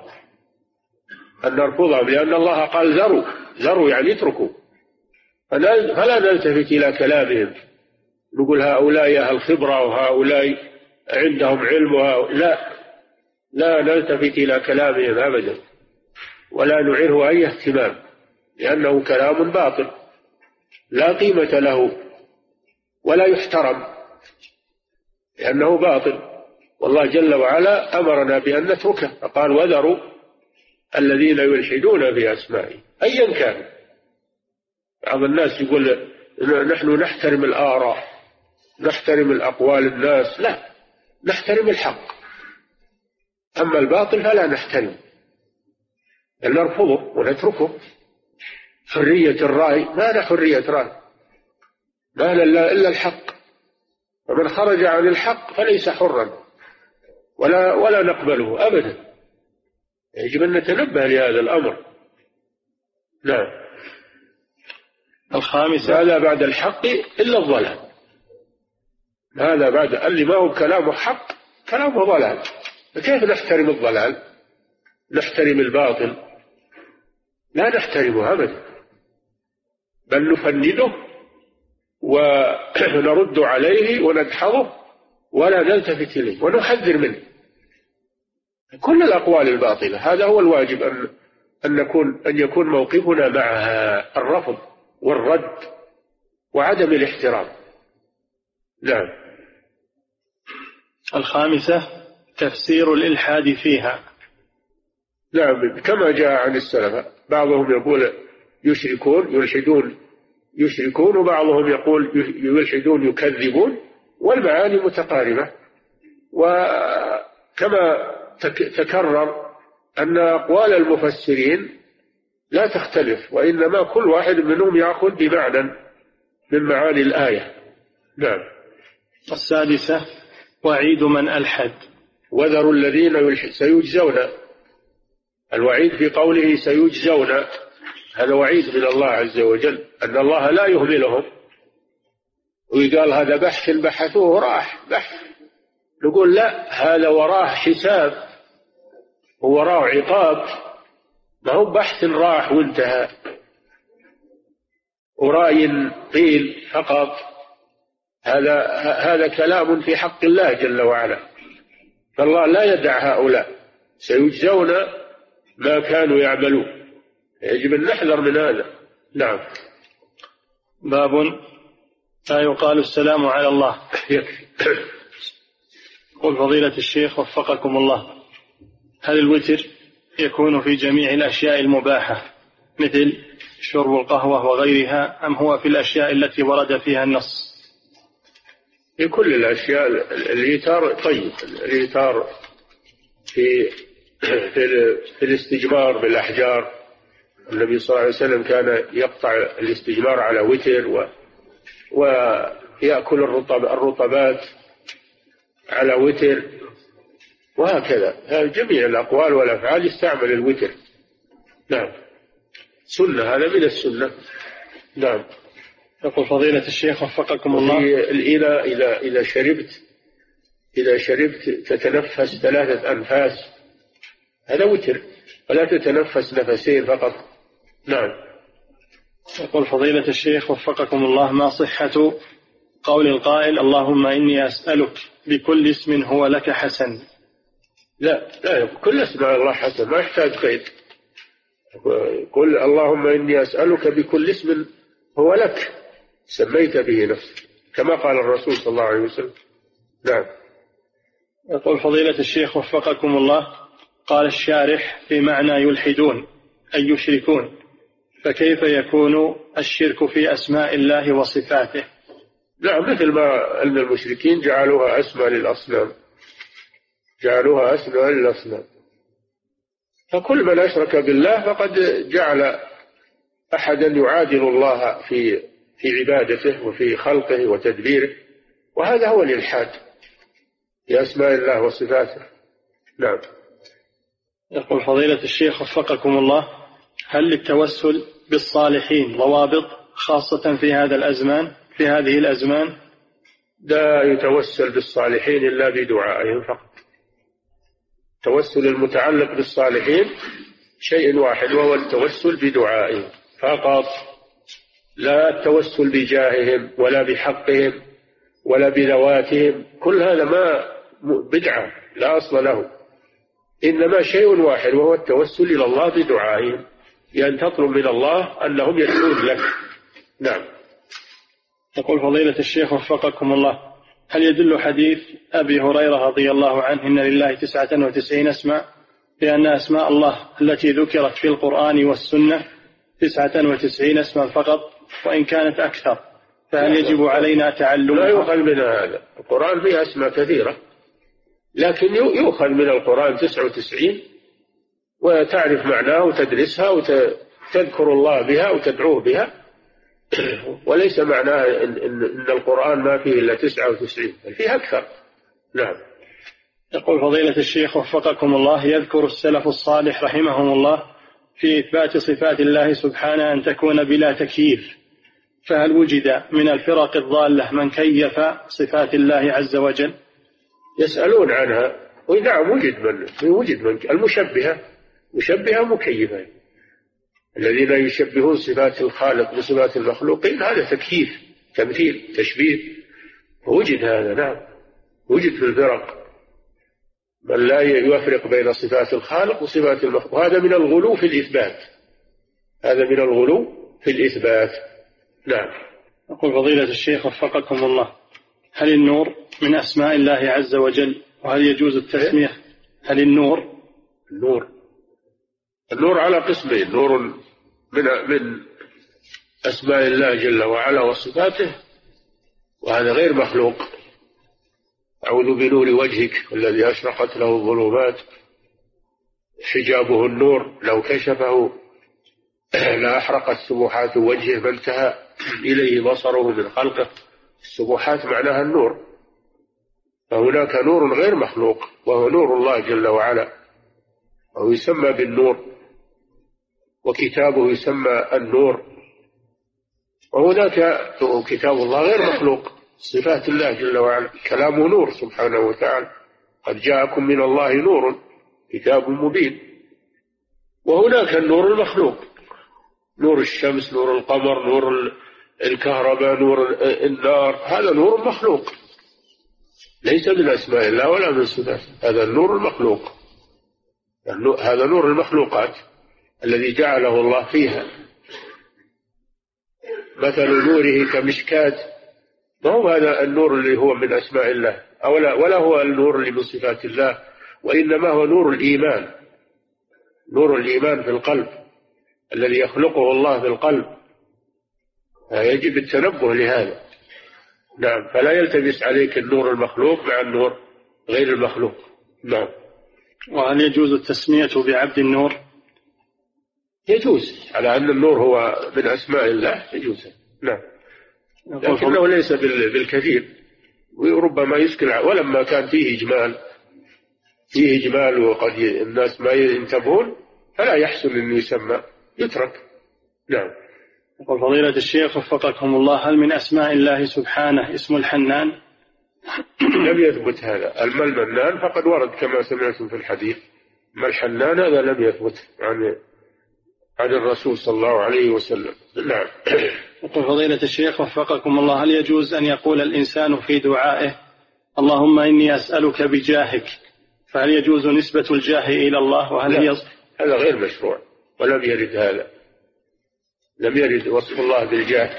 لأن الله قال ذروا يعني اتركوا، فلا نلتفت إلى كلامهم نقول هؤلاء أهل خبرة وهؤلاء عندهم علم لا نلتفت إلى كلامهم أبدا، ولا نعره أي اهتمام، لأنه كلام باطل لا قيمة له ولا يحترم، لأنه باطل. والله جل وعلا أمرنا بأن نتركه، فقال وذروا الذين يلحدون في أسمائه أيا كان. بعض الناس يقول نحن نحترم الآراء، نحترم الأقوال الناس، لا، نحترم الحق، أما الباطل فلا نحترم، بل نرفضه ونتركه. حرية الرأي، ما له حرية رأي، ما لنا إلا الحق، ومن خرج عن الحق فليس حرا ولا نقبله أبدا. يجب أن نتنبه لهذا الأمر. نعم. الخامسة هذا بعد الحق إلا الضلال، هذا بعد اللي ما هو كلامه حق كلامه ضلال. فكيف نحترم الضلال؟ نحترم الباطل؟ لا نحترمه أبدا، بل نفنده ونرد عليه وندحضه ولا نلتفت إليه ونحذر منه. كل الأقوال الباطلة هذا هو الواجب أن يكون موقفنا معها، الرفض والرد وعدم الاحترام. نعم. الخامسة تفسير الإلحاد فيها. نعم، كما جاء عن السلف، بعضهم يقول يشركون، وبعضهم يقول يلحدون يكذبون، والمعاني متقاربة. وكما تكرر أن أقوال المفسرين لا تختلف، وإنما كل واحد منهم يأخذ بمعنى من معاني الآية. نعم. السادسة وعيد من ألحد. وذروا الذين يلحد، سيجزون، الوعيد في قوله سيجزون هذا وعيد من الله عز وجل، أن الله لا يهملهم. ويقال هذا بحث بحثوه راح بحث، نقول لا، هذا وراه حساب ووراه عقاب، ما هو بحث راح وانتهى ورأي قيل فقط. هذا كلام في حق الله جل وعلا، فالله لا يدع هؤلاء، سيجزون ما كانوا يعملون. يجب أن نحذر من هذا. نعم. باب لا يقال السلام على الله. قل فضيلة الشيخ وفقكم الله، هل الوتر يكون في جميع الأشياء المباحة مثل شرب القهوة وغيرها، أم هو في الأشياء التي ورد فيها النص؟ في كل الأشياء. الإيتار طيب، الإيتار في الاستجمار بالأحجار، النبي صلى الله عليه وسلم كان يقطع الاستجمار على وتر، ويأكل الرطبات على وتر، وهكذا جميع الأقوال والأفعال يستعمل الوتر. نعم. سنة، هذا من السنة. نعم. يقول فضيلة الشيخ وفقكم الله، الإناء إذا شربت تتنفس 3 أنفاس، هذا وتر، ولا تتنفس نفسين فقط. نعم. يقول فضيلة الشيخ وفقكم الله، ما صحة قول القائل اللهم إني أسألك بكل اسم هو لك حسن. لا كل اسماء الله حسن ما يحتاج قيد. قل اللهم إني أسألك بكل اسم هو لك سميت به نفسك كما قال الرسول صلى الله عليه وسلم. نعم. يقول فضيلة الشيخ وفقكم الله، قال الشارح في معنى يلحدون أي يشركون، فكيف يكون الشرك في أسماء الله وصفاته؟ نعم، مثل ما أن المشركين جعلوها أسماء للأصنام، فكل من أشرك بالله فقد جعل أحدا يعادل الله في عبادته وفي خلقه وتدبيره، وهذا هو الإلحاد في أسماء الله وصفاته. نعم. يقول فضيلة الشيخ وفقكم الله، هل للتوسل بالصالحين ضوابط خاصة في هذه الأزمان؟ لا يتوسل بالصالحين إلا بدعائهم فقط. التوسل المتعلق بالصالحين شيء واحد وهو التوسل بدعائهم فقط، لا التوسل بجاههم ولا بحقهم ولا بذواتهم، كل هذا ما بدعة لا أصل له، إنما شيء واحد وهو التوسل إلى الله بدعائهم، بأن تطلب من الله أنهم يدعون لك. نعم. يقول فضيلة الشيخ وفقكم الله، هل يدل حديث أبي هريرة رضي الله عنه إن لله 99 اسما بأن أسماء الله التي ذكرت في القرآن والسنة 99 اسما فقط وإن كانت أكثر، فهل يجب علينا تعلمها؟ لا يؤخذ من هذا، القرآن فيه أسماء كثيرة، لكن يؤخذ من القرآن 99 وتعرف معناه وتدرسها وتذكر الله بها وتدعوه بها، وليس معناه إن القرآن ما فيه إلا 99، فيه أكثر. نعم. يقول فضيلة الشيخ وفقكم الله، يذكر السلف الصالح رحمهم الله في إثبات صفات الله سبحانه أن تكون بلا تكييف، فهل وجد من الفرق الضالة من كيف صفات الله عز وجل؟ يسألون عنها، ونعم وجد من المشبهة مكيفة، الذين يشبهون صفات الخالق بصفات المخلوقين، هذا تكييف تمثيل تشبيه، وجد هذا. نعم، وجد في الفرق من لا يفرق بين صفات الخالق وصفات المخلوق، وهذا من الغلو في الإثبات. نعم. يقول فضيلة الشيخ وفقكم الله، هل النور من أسماء الله عز وجل، وهل يجوز التسمية؟ هل النور على قسمين، نور من أسماء الله جل وعلا وصفاته، وهذا غير مخلوق. أعوذ بنور وجهك الذي أشرقت له الظلمات حجابه النور لو كشفه لأحرقت سبحات وجهه ما انتهى إليه بصره من خلقه. السبحات معناها النور، فهناك نور غير مخلوق وهو نور الله جل وعلا، وهو يسمى بالنور، وكتابه يسمى النور، وهناك كتاب الله غير مخلوق، صفات الله جل وعلا، كلامه نور سبحانه وتعالى، قد جاءكم من الله نور كتاب مبين. وهناك النور المخلوق، نور الشمس، نور القمر، نور الكهرباء، نور النار، هذا نور مخلوق ليس من أسماء الله ولا من صفاته، هذا النور المخلوق، هذا نور المخلوقات الذي جعله الله فيها. مثل نوره كمشكاة، ما هو هذا النور اللي هو من أسماء الله ولا هو النور اللي من صفات الله، وإنما هو نور الإيمان، نور الإيمان في القلب الذي يخلقه الله في القلب، يجب التنبه لهذا. نعم، فلا يلتبس عليك النور المخلوق مع النور غير المخلوق. نعم. وهل يجوز التسمية بعبد النور؟ يجوز، على أن النور هو من أسماء الله يجوز. نعم، لكنه ليس بالكثير، وربما يشكل، ولما كان فيه إجمال وقد الناس ما ينتبهون فلا يحسن أن يسمى، يترك. نعم. يقول فضيلة الشيخ وفقكم الله، هل من أسماء الله سبحانه اسم الحنان؟ لم يثبت هذا. المنان فقد ورد كما سمعتم في الحديث، ما الحنان هذا لم يثبت عن الرسول صلى الله عليه وسلم. نعم. يقول فضيلة الشيخ وفقكم الله، هل يجوز أن يقول الإنسان في دعائه اللهم إني أسألك بجاهك، فهل يجوز نسبة الجاه إلى الله؟ وهل هذا غير مشروع ولم يرد هذا، لم يرد وصف الله بالجاه.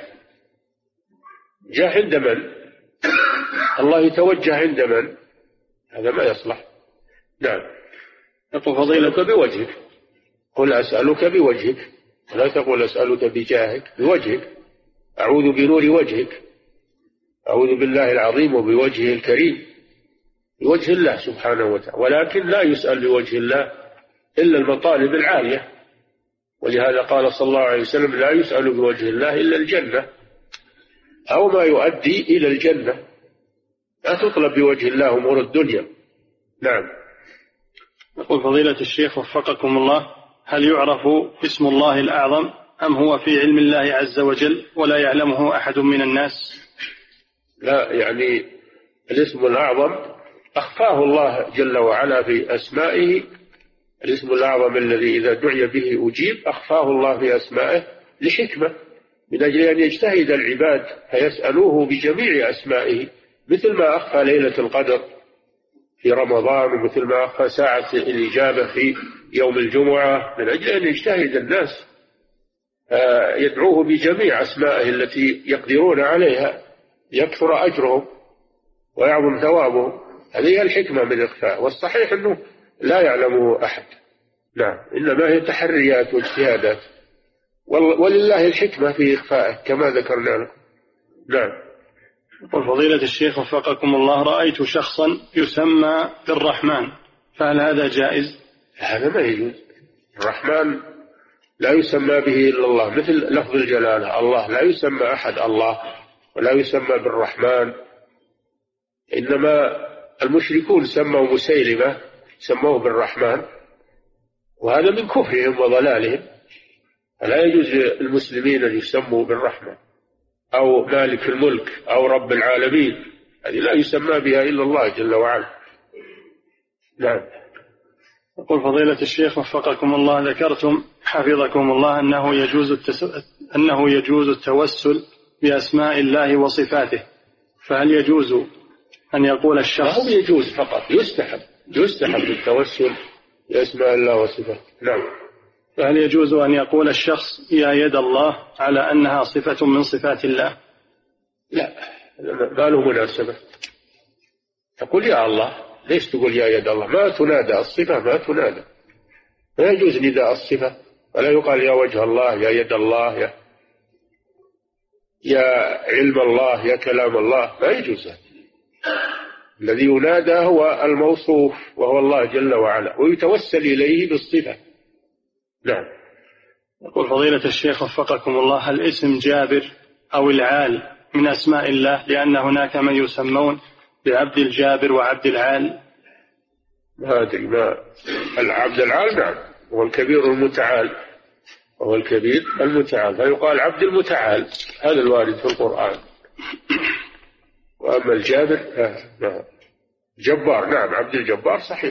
جاه عند من؟ الله يتوجه عند من؟ هذا ما يصلح. نعم. يقول فضيلة بوجهك، قل أسألك بوجهك، لا تقول أسألك بجاهك، بوجهك، أعوذ بنور وجهك، أعوذ بالله العظيم وبوجهه الكريم، بوجه الله سبحانه وتعالى. ولكن لا يسأل بوجه الله إلا المطالب العالية، ولهذا قال صلى الله عليه وسلم لا يسأل بوجه الله إلا الجنة أو ما يؤدي إلى الجنة، لا تطلب بوجه الله أمور الدنيا. نعم. يقول فضيلة الشيخ وفقكم الله، هل يعرف اسم الله الأعظم أم هو في علم الله عز وجل ولا يعلمه أحد من الناس؟ لا، يعني الاسم الأعظم أخفاه الله جل وعلا في أسمائه. الاسم الأعظم الذي إذا دعي به أجيب أخفاه الله في أسمائه لحكمة، من أجل أن يجتهد العباد فيسألوه بجميع أسمائه، مثل ما أخفى ليلة القدر في رمضان، ومثل ما أخفى ساعة الإجابة في يوم الجمعة، من أجل أن يجتهد الناس يدعوه بجميع أسمائه التي يقدرون عليها، يكثر أجرهم ويعظم ثوابهم. هذه الحكمة من إخفاء، والصحيح أنه لا يعلمه أحد. نعم، إنما هي تحريات واجتهادات، ولله الحكمة في إخفائه كما ذكرنا لكم. نعم. وفضيلة الشيخ وفقكم الله، رأيت شخصا يسمى بالرحمن، فهل هذا جائز؟ هذا ما يجوز. الرحمن لا يسمى به إلا الله، مثل لفظ الجلالة، الله لا يسمى أحد الله ولا يسمى بالرحمن. إنما المشركون سموا مسيلمة سموه بالرحمن، وهذا من كفرهم وضلالهم. فلا يجوز للمسلمين أن يسموا بالرحمن أو مالك الملك أو رب العالمين، هذه لا يسمى بها إلا الله جل وعلا. نعم. يقول فضيلة الشيخ وفقكم الله، ذكرتم حفظكم الله أنه يجوز التوسل بأسماء الله وصفاته، فهل يجوز أن يقول الشخص؟ لا يجوز فقط، يستحب التوسل بأسماء الله وصفاته. نعم. فهل يجوز أن يقول الشخص يا يد الله على أنها صفة من صفات الله؟ لا، ما له مناسبة. تقول يا الله، ليش تقول يا يد الله؟ ما تنادى الصفة، ما تنادى، لا يجوز نداء الصفة، ولا يقال يا وجه الله، يا يد الله، يا علم الله، يا كلام الله، ما يجوز. الذي ينادى هو الموصوف وهو الله جل وعلا، ويتوسل إليه بالصفة. نعم. يقول فضيلة الشيخ وفقكم الله، هل اسم جابر أو العال من أسماء الله؟ لأن هناك من يسمون بعبد الجابر وعبد العال. ما أدري، ما العبد العال نعم، هو الكبير المتعال، وهو الكبير المتعال، فيقال عبد المتعال، هذا الوارد في القرآن. وأما الجابر جبار، نعم، عبد الجبار صحيح،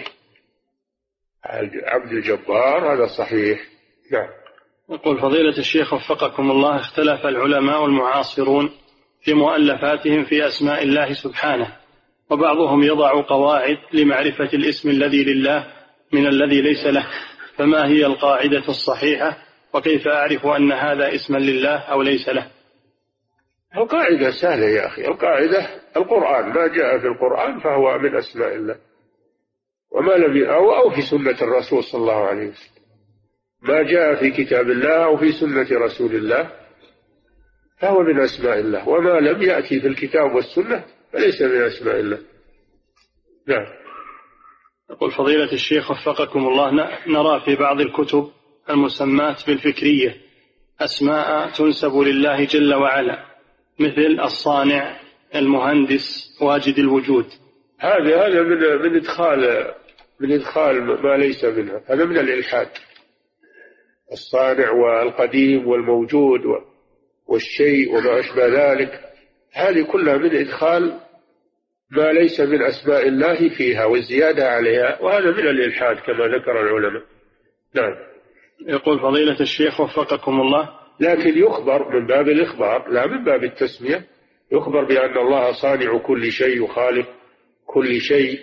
عبد الجبار هذا صحيح. نعم. يقول فضيلة الشيخ وفقكم الله، اختلف العلماء المعاصرون في مؤلفاتهم في أسماء الله سبحانه، وبعضهم يضع قواعد لمعرفة الاسم الذي لله من الذي ليس له، فما هي القاعدة الصحيحة، وكيف أعرف أن هذا اسما لله أو ليس له؟ القاعدة سهلة يا أخي، القاعدة القرآن، ما جاء في القرآن فهو من أسماء الله، وما لم أو في سنة الرسول صلى الله عليه وسلم، ما جاء في كتاب الله أو في سنة رسول الله فهو من أسماء الله، وما لم يأتي في الكتاب والسنة فليس من أسماء الله. نعم. يقول فضيلة الشيخ وفقكم الله، نرى في بعض الكتب المسمات بالفكرية أسماء تنسب لله جل وعلا، مثل الصانع، المهندس، واجد الوجود. هذا من إدخال ما ليس منها، هذا من الإلحاد. الصانع والقديم والموجود والشيء وما أشبه ذلك، هذه كلها من إدخال ما ليس من أسماء الله فيها والزيادة عليها، وهذا من الإلحاد كما ذكر العلماء. نعم. يقول فضيلة الشيخ وفقكم الله، لكن يخبر من باب الإخبار لا من باب التسمية، يخبر بأن الله صانع كل شيء وخالق كل شيء.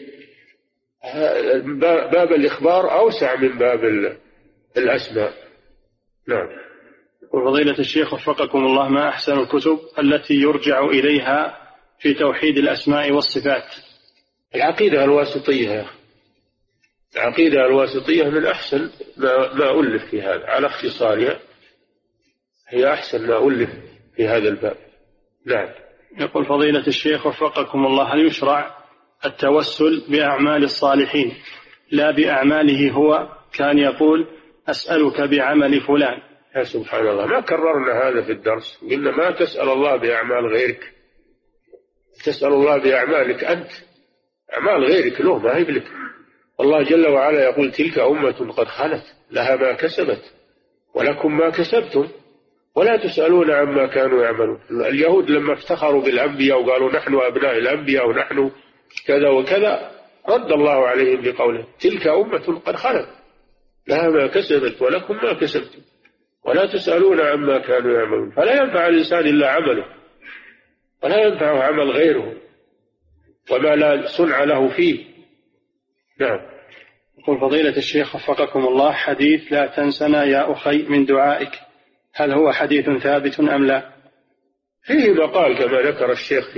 باب الإخبار أوسع من باب الأسماء. نعم. وفضيلة الشيخ وفقكم الله، ما أحسن الكتب التي يرجع إليها في توحيد الأسماء والصفات؟ العقيدة الواسطية، العقيدة الواسطية من أحسن ما ألف في هذا على اختصارها، هي أحسن ما ألف في هذا الباب. نعم. يقول فضيلة الشيخ وفقكم الله، هل يشرع التوسل بأعمال الصالحين لا بأعماله هو؟ كان يقول أسألك بعمل فلان. يا سبحان الله، ما كررنا هذا في الدرس، قلنا ما تسأل الله بأعمال غيرك، تسأل الله بأعمالك أنت، أعمال غيرك له ما هي لك. الله جل وعلا يقول تلك أمة قد خلت لها ما كسبت ولكم ما كسبتم ولا تسألون عما كانوا يعملون. اليهود لما افتخروا بالأنبياء وقالوا نحن أبناء الأنبياء ونحن كذا وكذا، رد الله عليهم بقوله تلك أمة قد خلت لها ما كسبت ولكم ما كسبتم ولا تسألون عما كانوا يعملون. فلا ينفع الإنسان إلا عمله، ولا ينفعه عمل غيره وما لا صنع له فيه. نعم. يقول فضيلة الشيخ وفقكم الله، حديث لا تنسنا يا أخي من دعائك، هل هو حديث ثابت أم لا؟ فيه مقال كما ذكر الشيخ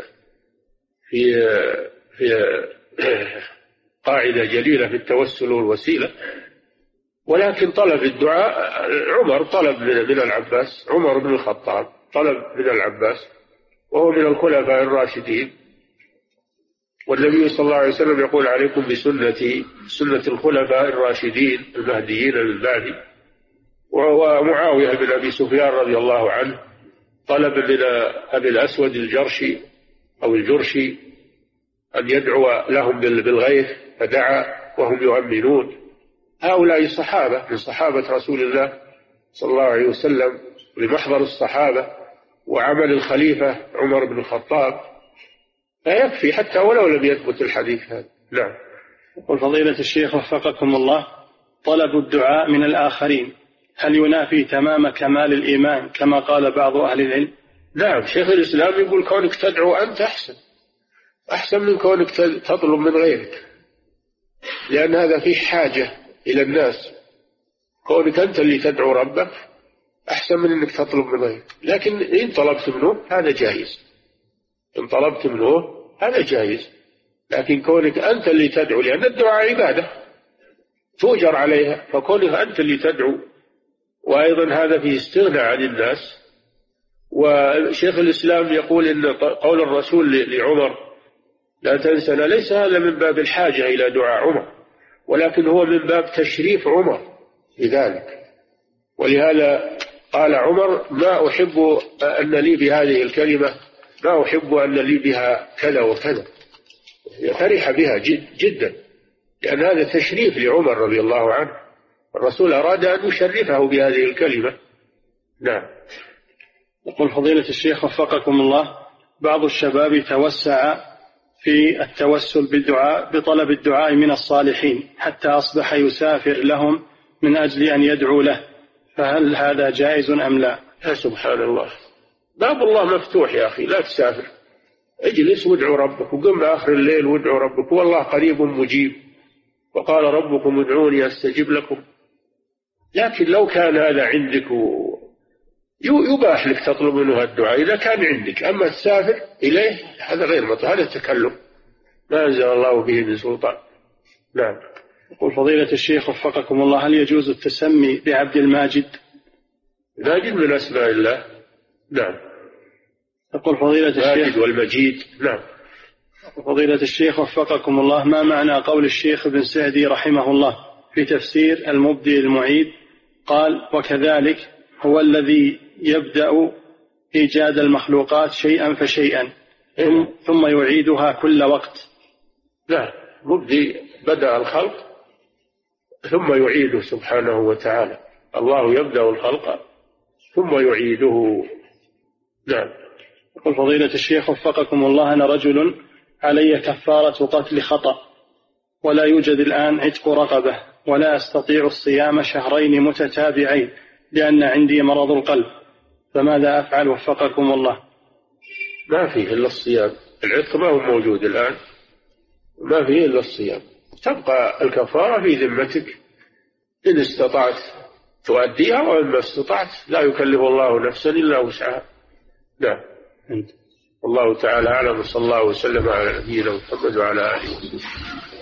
في قاعدة جليلة في التوسل والوسيلة، ولكن طلب الدعاء عمر طلب من العباس، عمر بن الخطاب طلب من العباس وهو من الخلفاء الراشدين، والنبي صلى الله عليه وسلم يقول عليكم بسنتي سنة الخلفاء الراشدين المهديين من بعدي. ومعاوية بن أبي سفيان رضي الله عنه طلب من أبي الأسود الجرشي أو الجرشي أن يدعو لهم بالغيث فدعا وهم يؤمنون. هؤلاء صحابة من صحابة رسول الله صلى الله عليه وسلم، لمحضر الصحابة وعمل الخليفة عمر بن الخطاب، لا يكفي حتى ولو لم يثبت الحديث هذا. نعم. وفضيلة الشيخ وفقكم الله، طلب الدعاء من الآخرين هل ينافي تمام كمال الإيمان كما قال بعض أهل العلم؟ نعم، شيخ الإسلام يقول كونك تدعو أنت أحسن من كونك تطلب من غيرك، لأن هذا فيه حاجة إلى الناس. كونك أنت اللي تدعو ربك أحسن من أنك تطلب من غيرك، لكن إن طلبت منه هذا جائز، إن طلبت منه هذا جائز، لكن كونك أنت اللي تدعو، لأن الدعاء عبادة تؤجر عليها، فكونك أنت اللي تدعو، وأيضا هذا فيه استغنى عن الناس. وشيخ الإسلام يقول إن قول الرسول لعمر لا تنسنا ليس هذا من باب الحاجة إلى دعاء عمر، ولكن هو من باب تشريف عمر لذلك. ولهذا قال عمر ما أحب أن لي بهذه الكلمة، ما أحب أن لي بها كذا وكذا، فرح بها جدا، لأن هذا تشريف لعمر رضي الله عنه، الرسول أراد أن يشرفه بهذه الكلمة. نعم. يقول فضيلة الشيخ وفقكم الله، بعض الشباب توسع في التوسل بالدعاء بطلب الدعاء من الصالحين حتى أصبح يسافر لهم من أجل أن يدعو له، فهل هذا جائز أم لا؟ يا سبحان الله، باب الله مفتوح يا أخي، لا تسافر، اجلس وادعو ربك، وقم آخر الليل وادعو ربك، والله قريب مجيب، وقال ربكم ادعوني أستجب لكم. لكن لو كان هذا عندك يباح لك تطلب منه الدعاء إذا كان عندك، أما تسافر إليه هذا غير مطلوب، هذا تكلم ما أنزل الله به من سلطان. نعم. يقول فضيلة الشيخ وفقكم الله، هل يجوز التسمي بعبد الماجد؟ الماجد من أسماء الله. نعم. يقول فضيلة الشيخ والمجيد. نعم. فضيلة الشيخ وفقكم الله، ما معنى قول الشيخ ابن سعدي رحمه الله في تفسير المبدئ المعيد؟ قال وكذلك هو الذي يبدأ إيجاد المخلوقات شيئا فشيئا ثم يعيدها كل وقت. لا، مبدئ بدأ الخلق ثم يعيده سبحانه وتعالى، الله يبدأ الخلق ثم يعيده. نعم. يقول فضيلة الشيخ وفقكم الله، أنا رجل علي كفارة قتل خطأ ولا يوجد الآن عتق رقبة ولا أستطيع الصيام شهرين متتابعين لأن عندي مرض القلب، فماذا أفعل وفقكم الله؟ ما فيه إلا الصيام، العتق ما هو موجود الآن، ما فيه إلا الصيام، تبقى الكفارة في ذمتك إن استطعت تؤديها، وإن ما استطعت لا يكلف الله نفسا إلا وسعها. نعم. والله تعالى أعلم، صلى الله وسلم على نبينا محمد وعلى آله وسلم.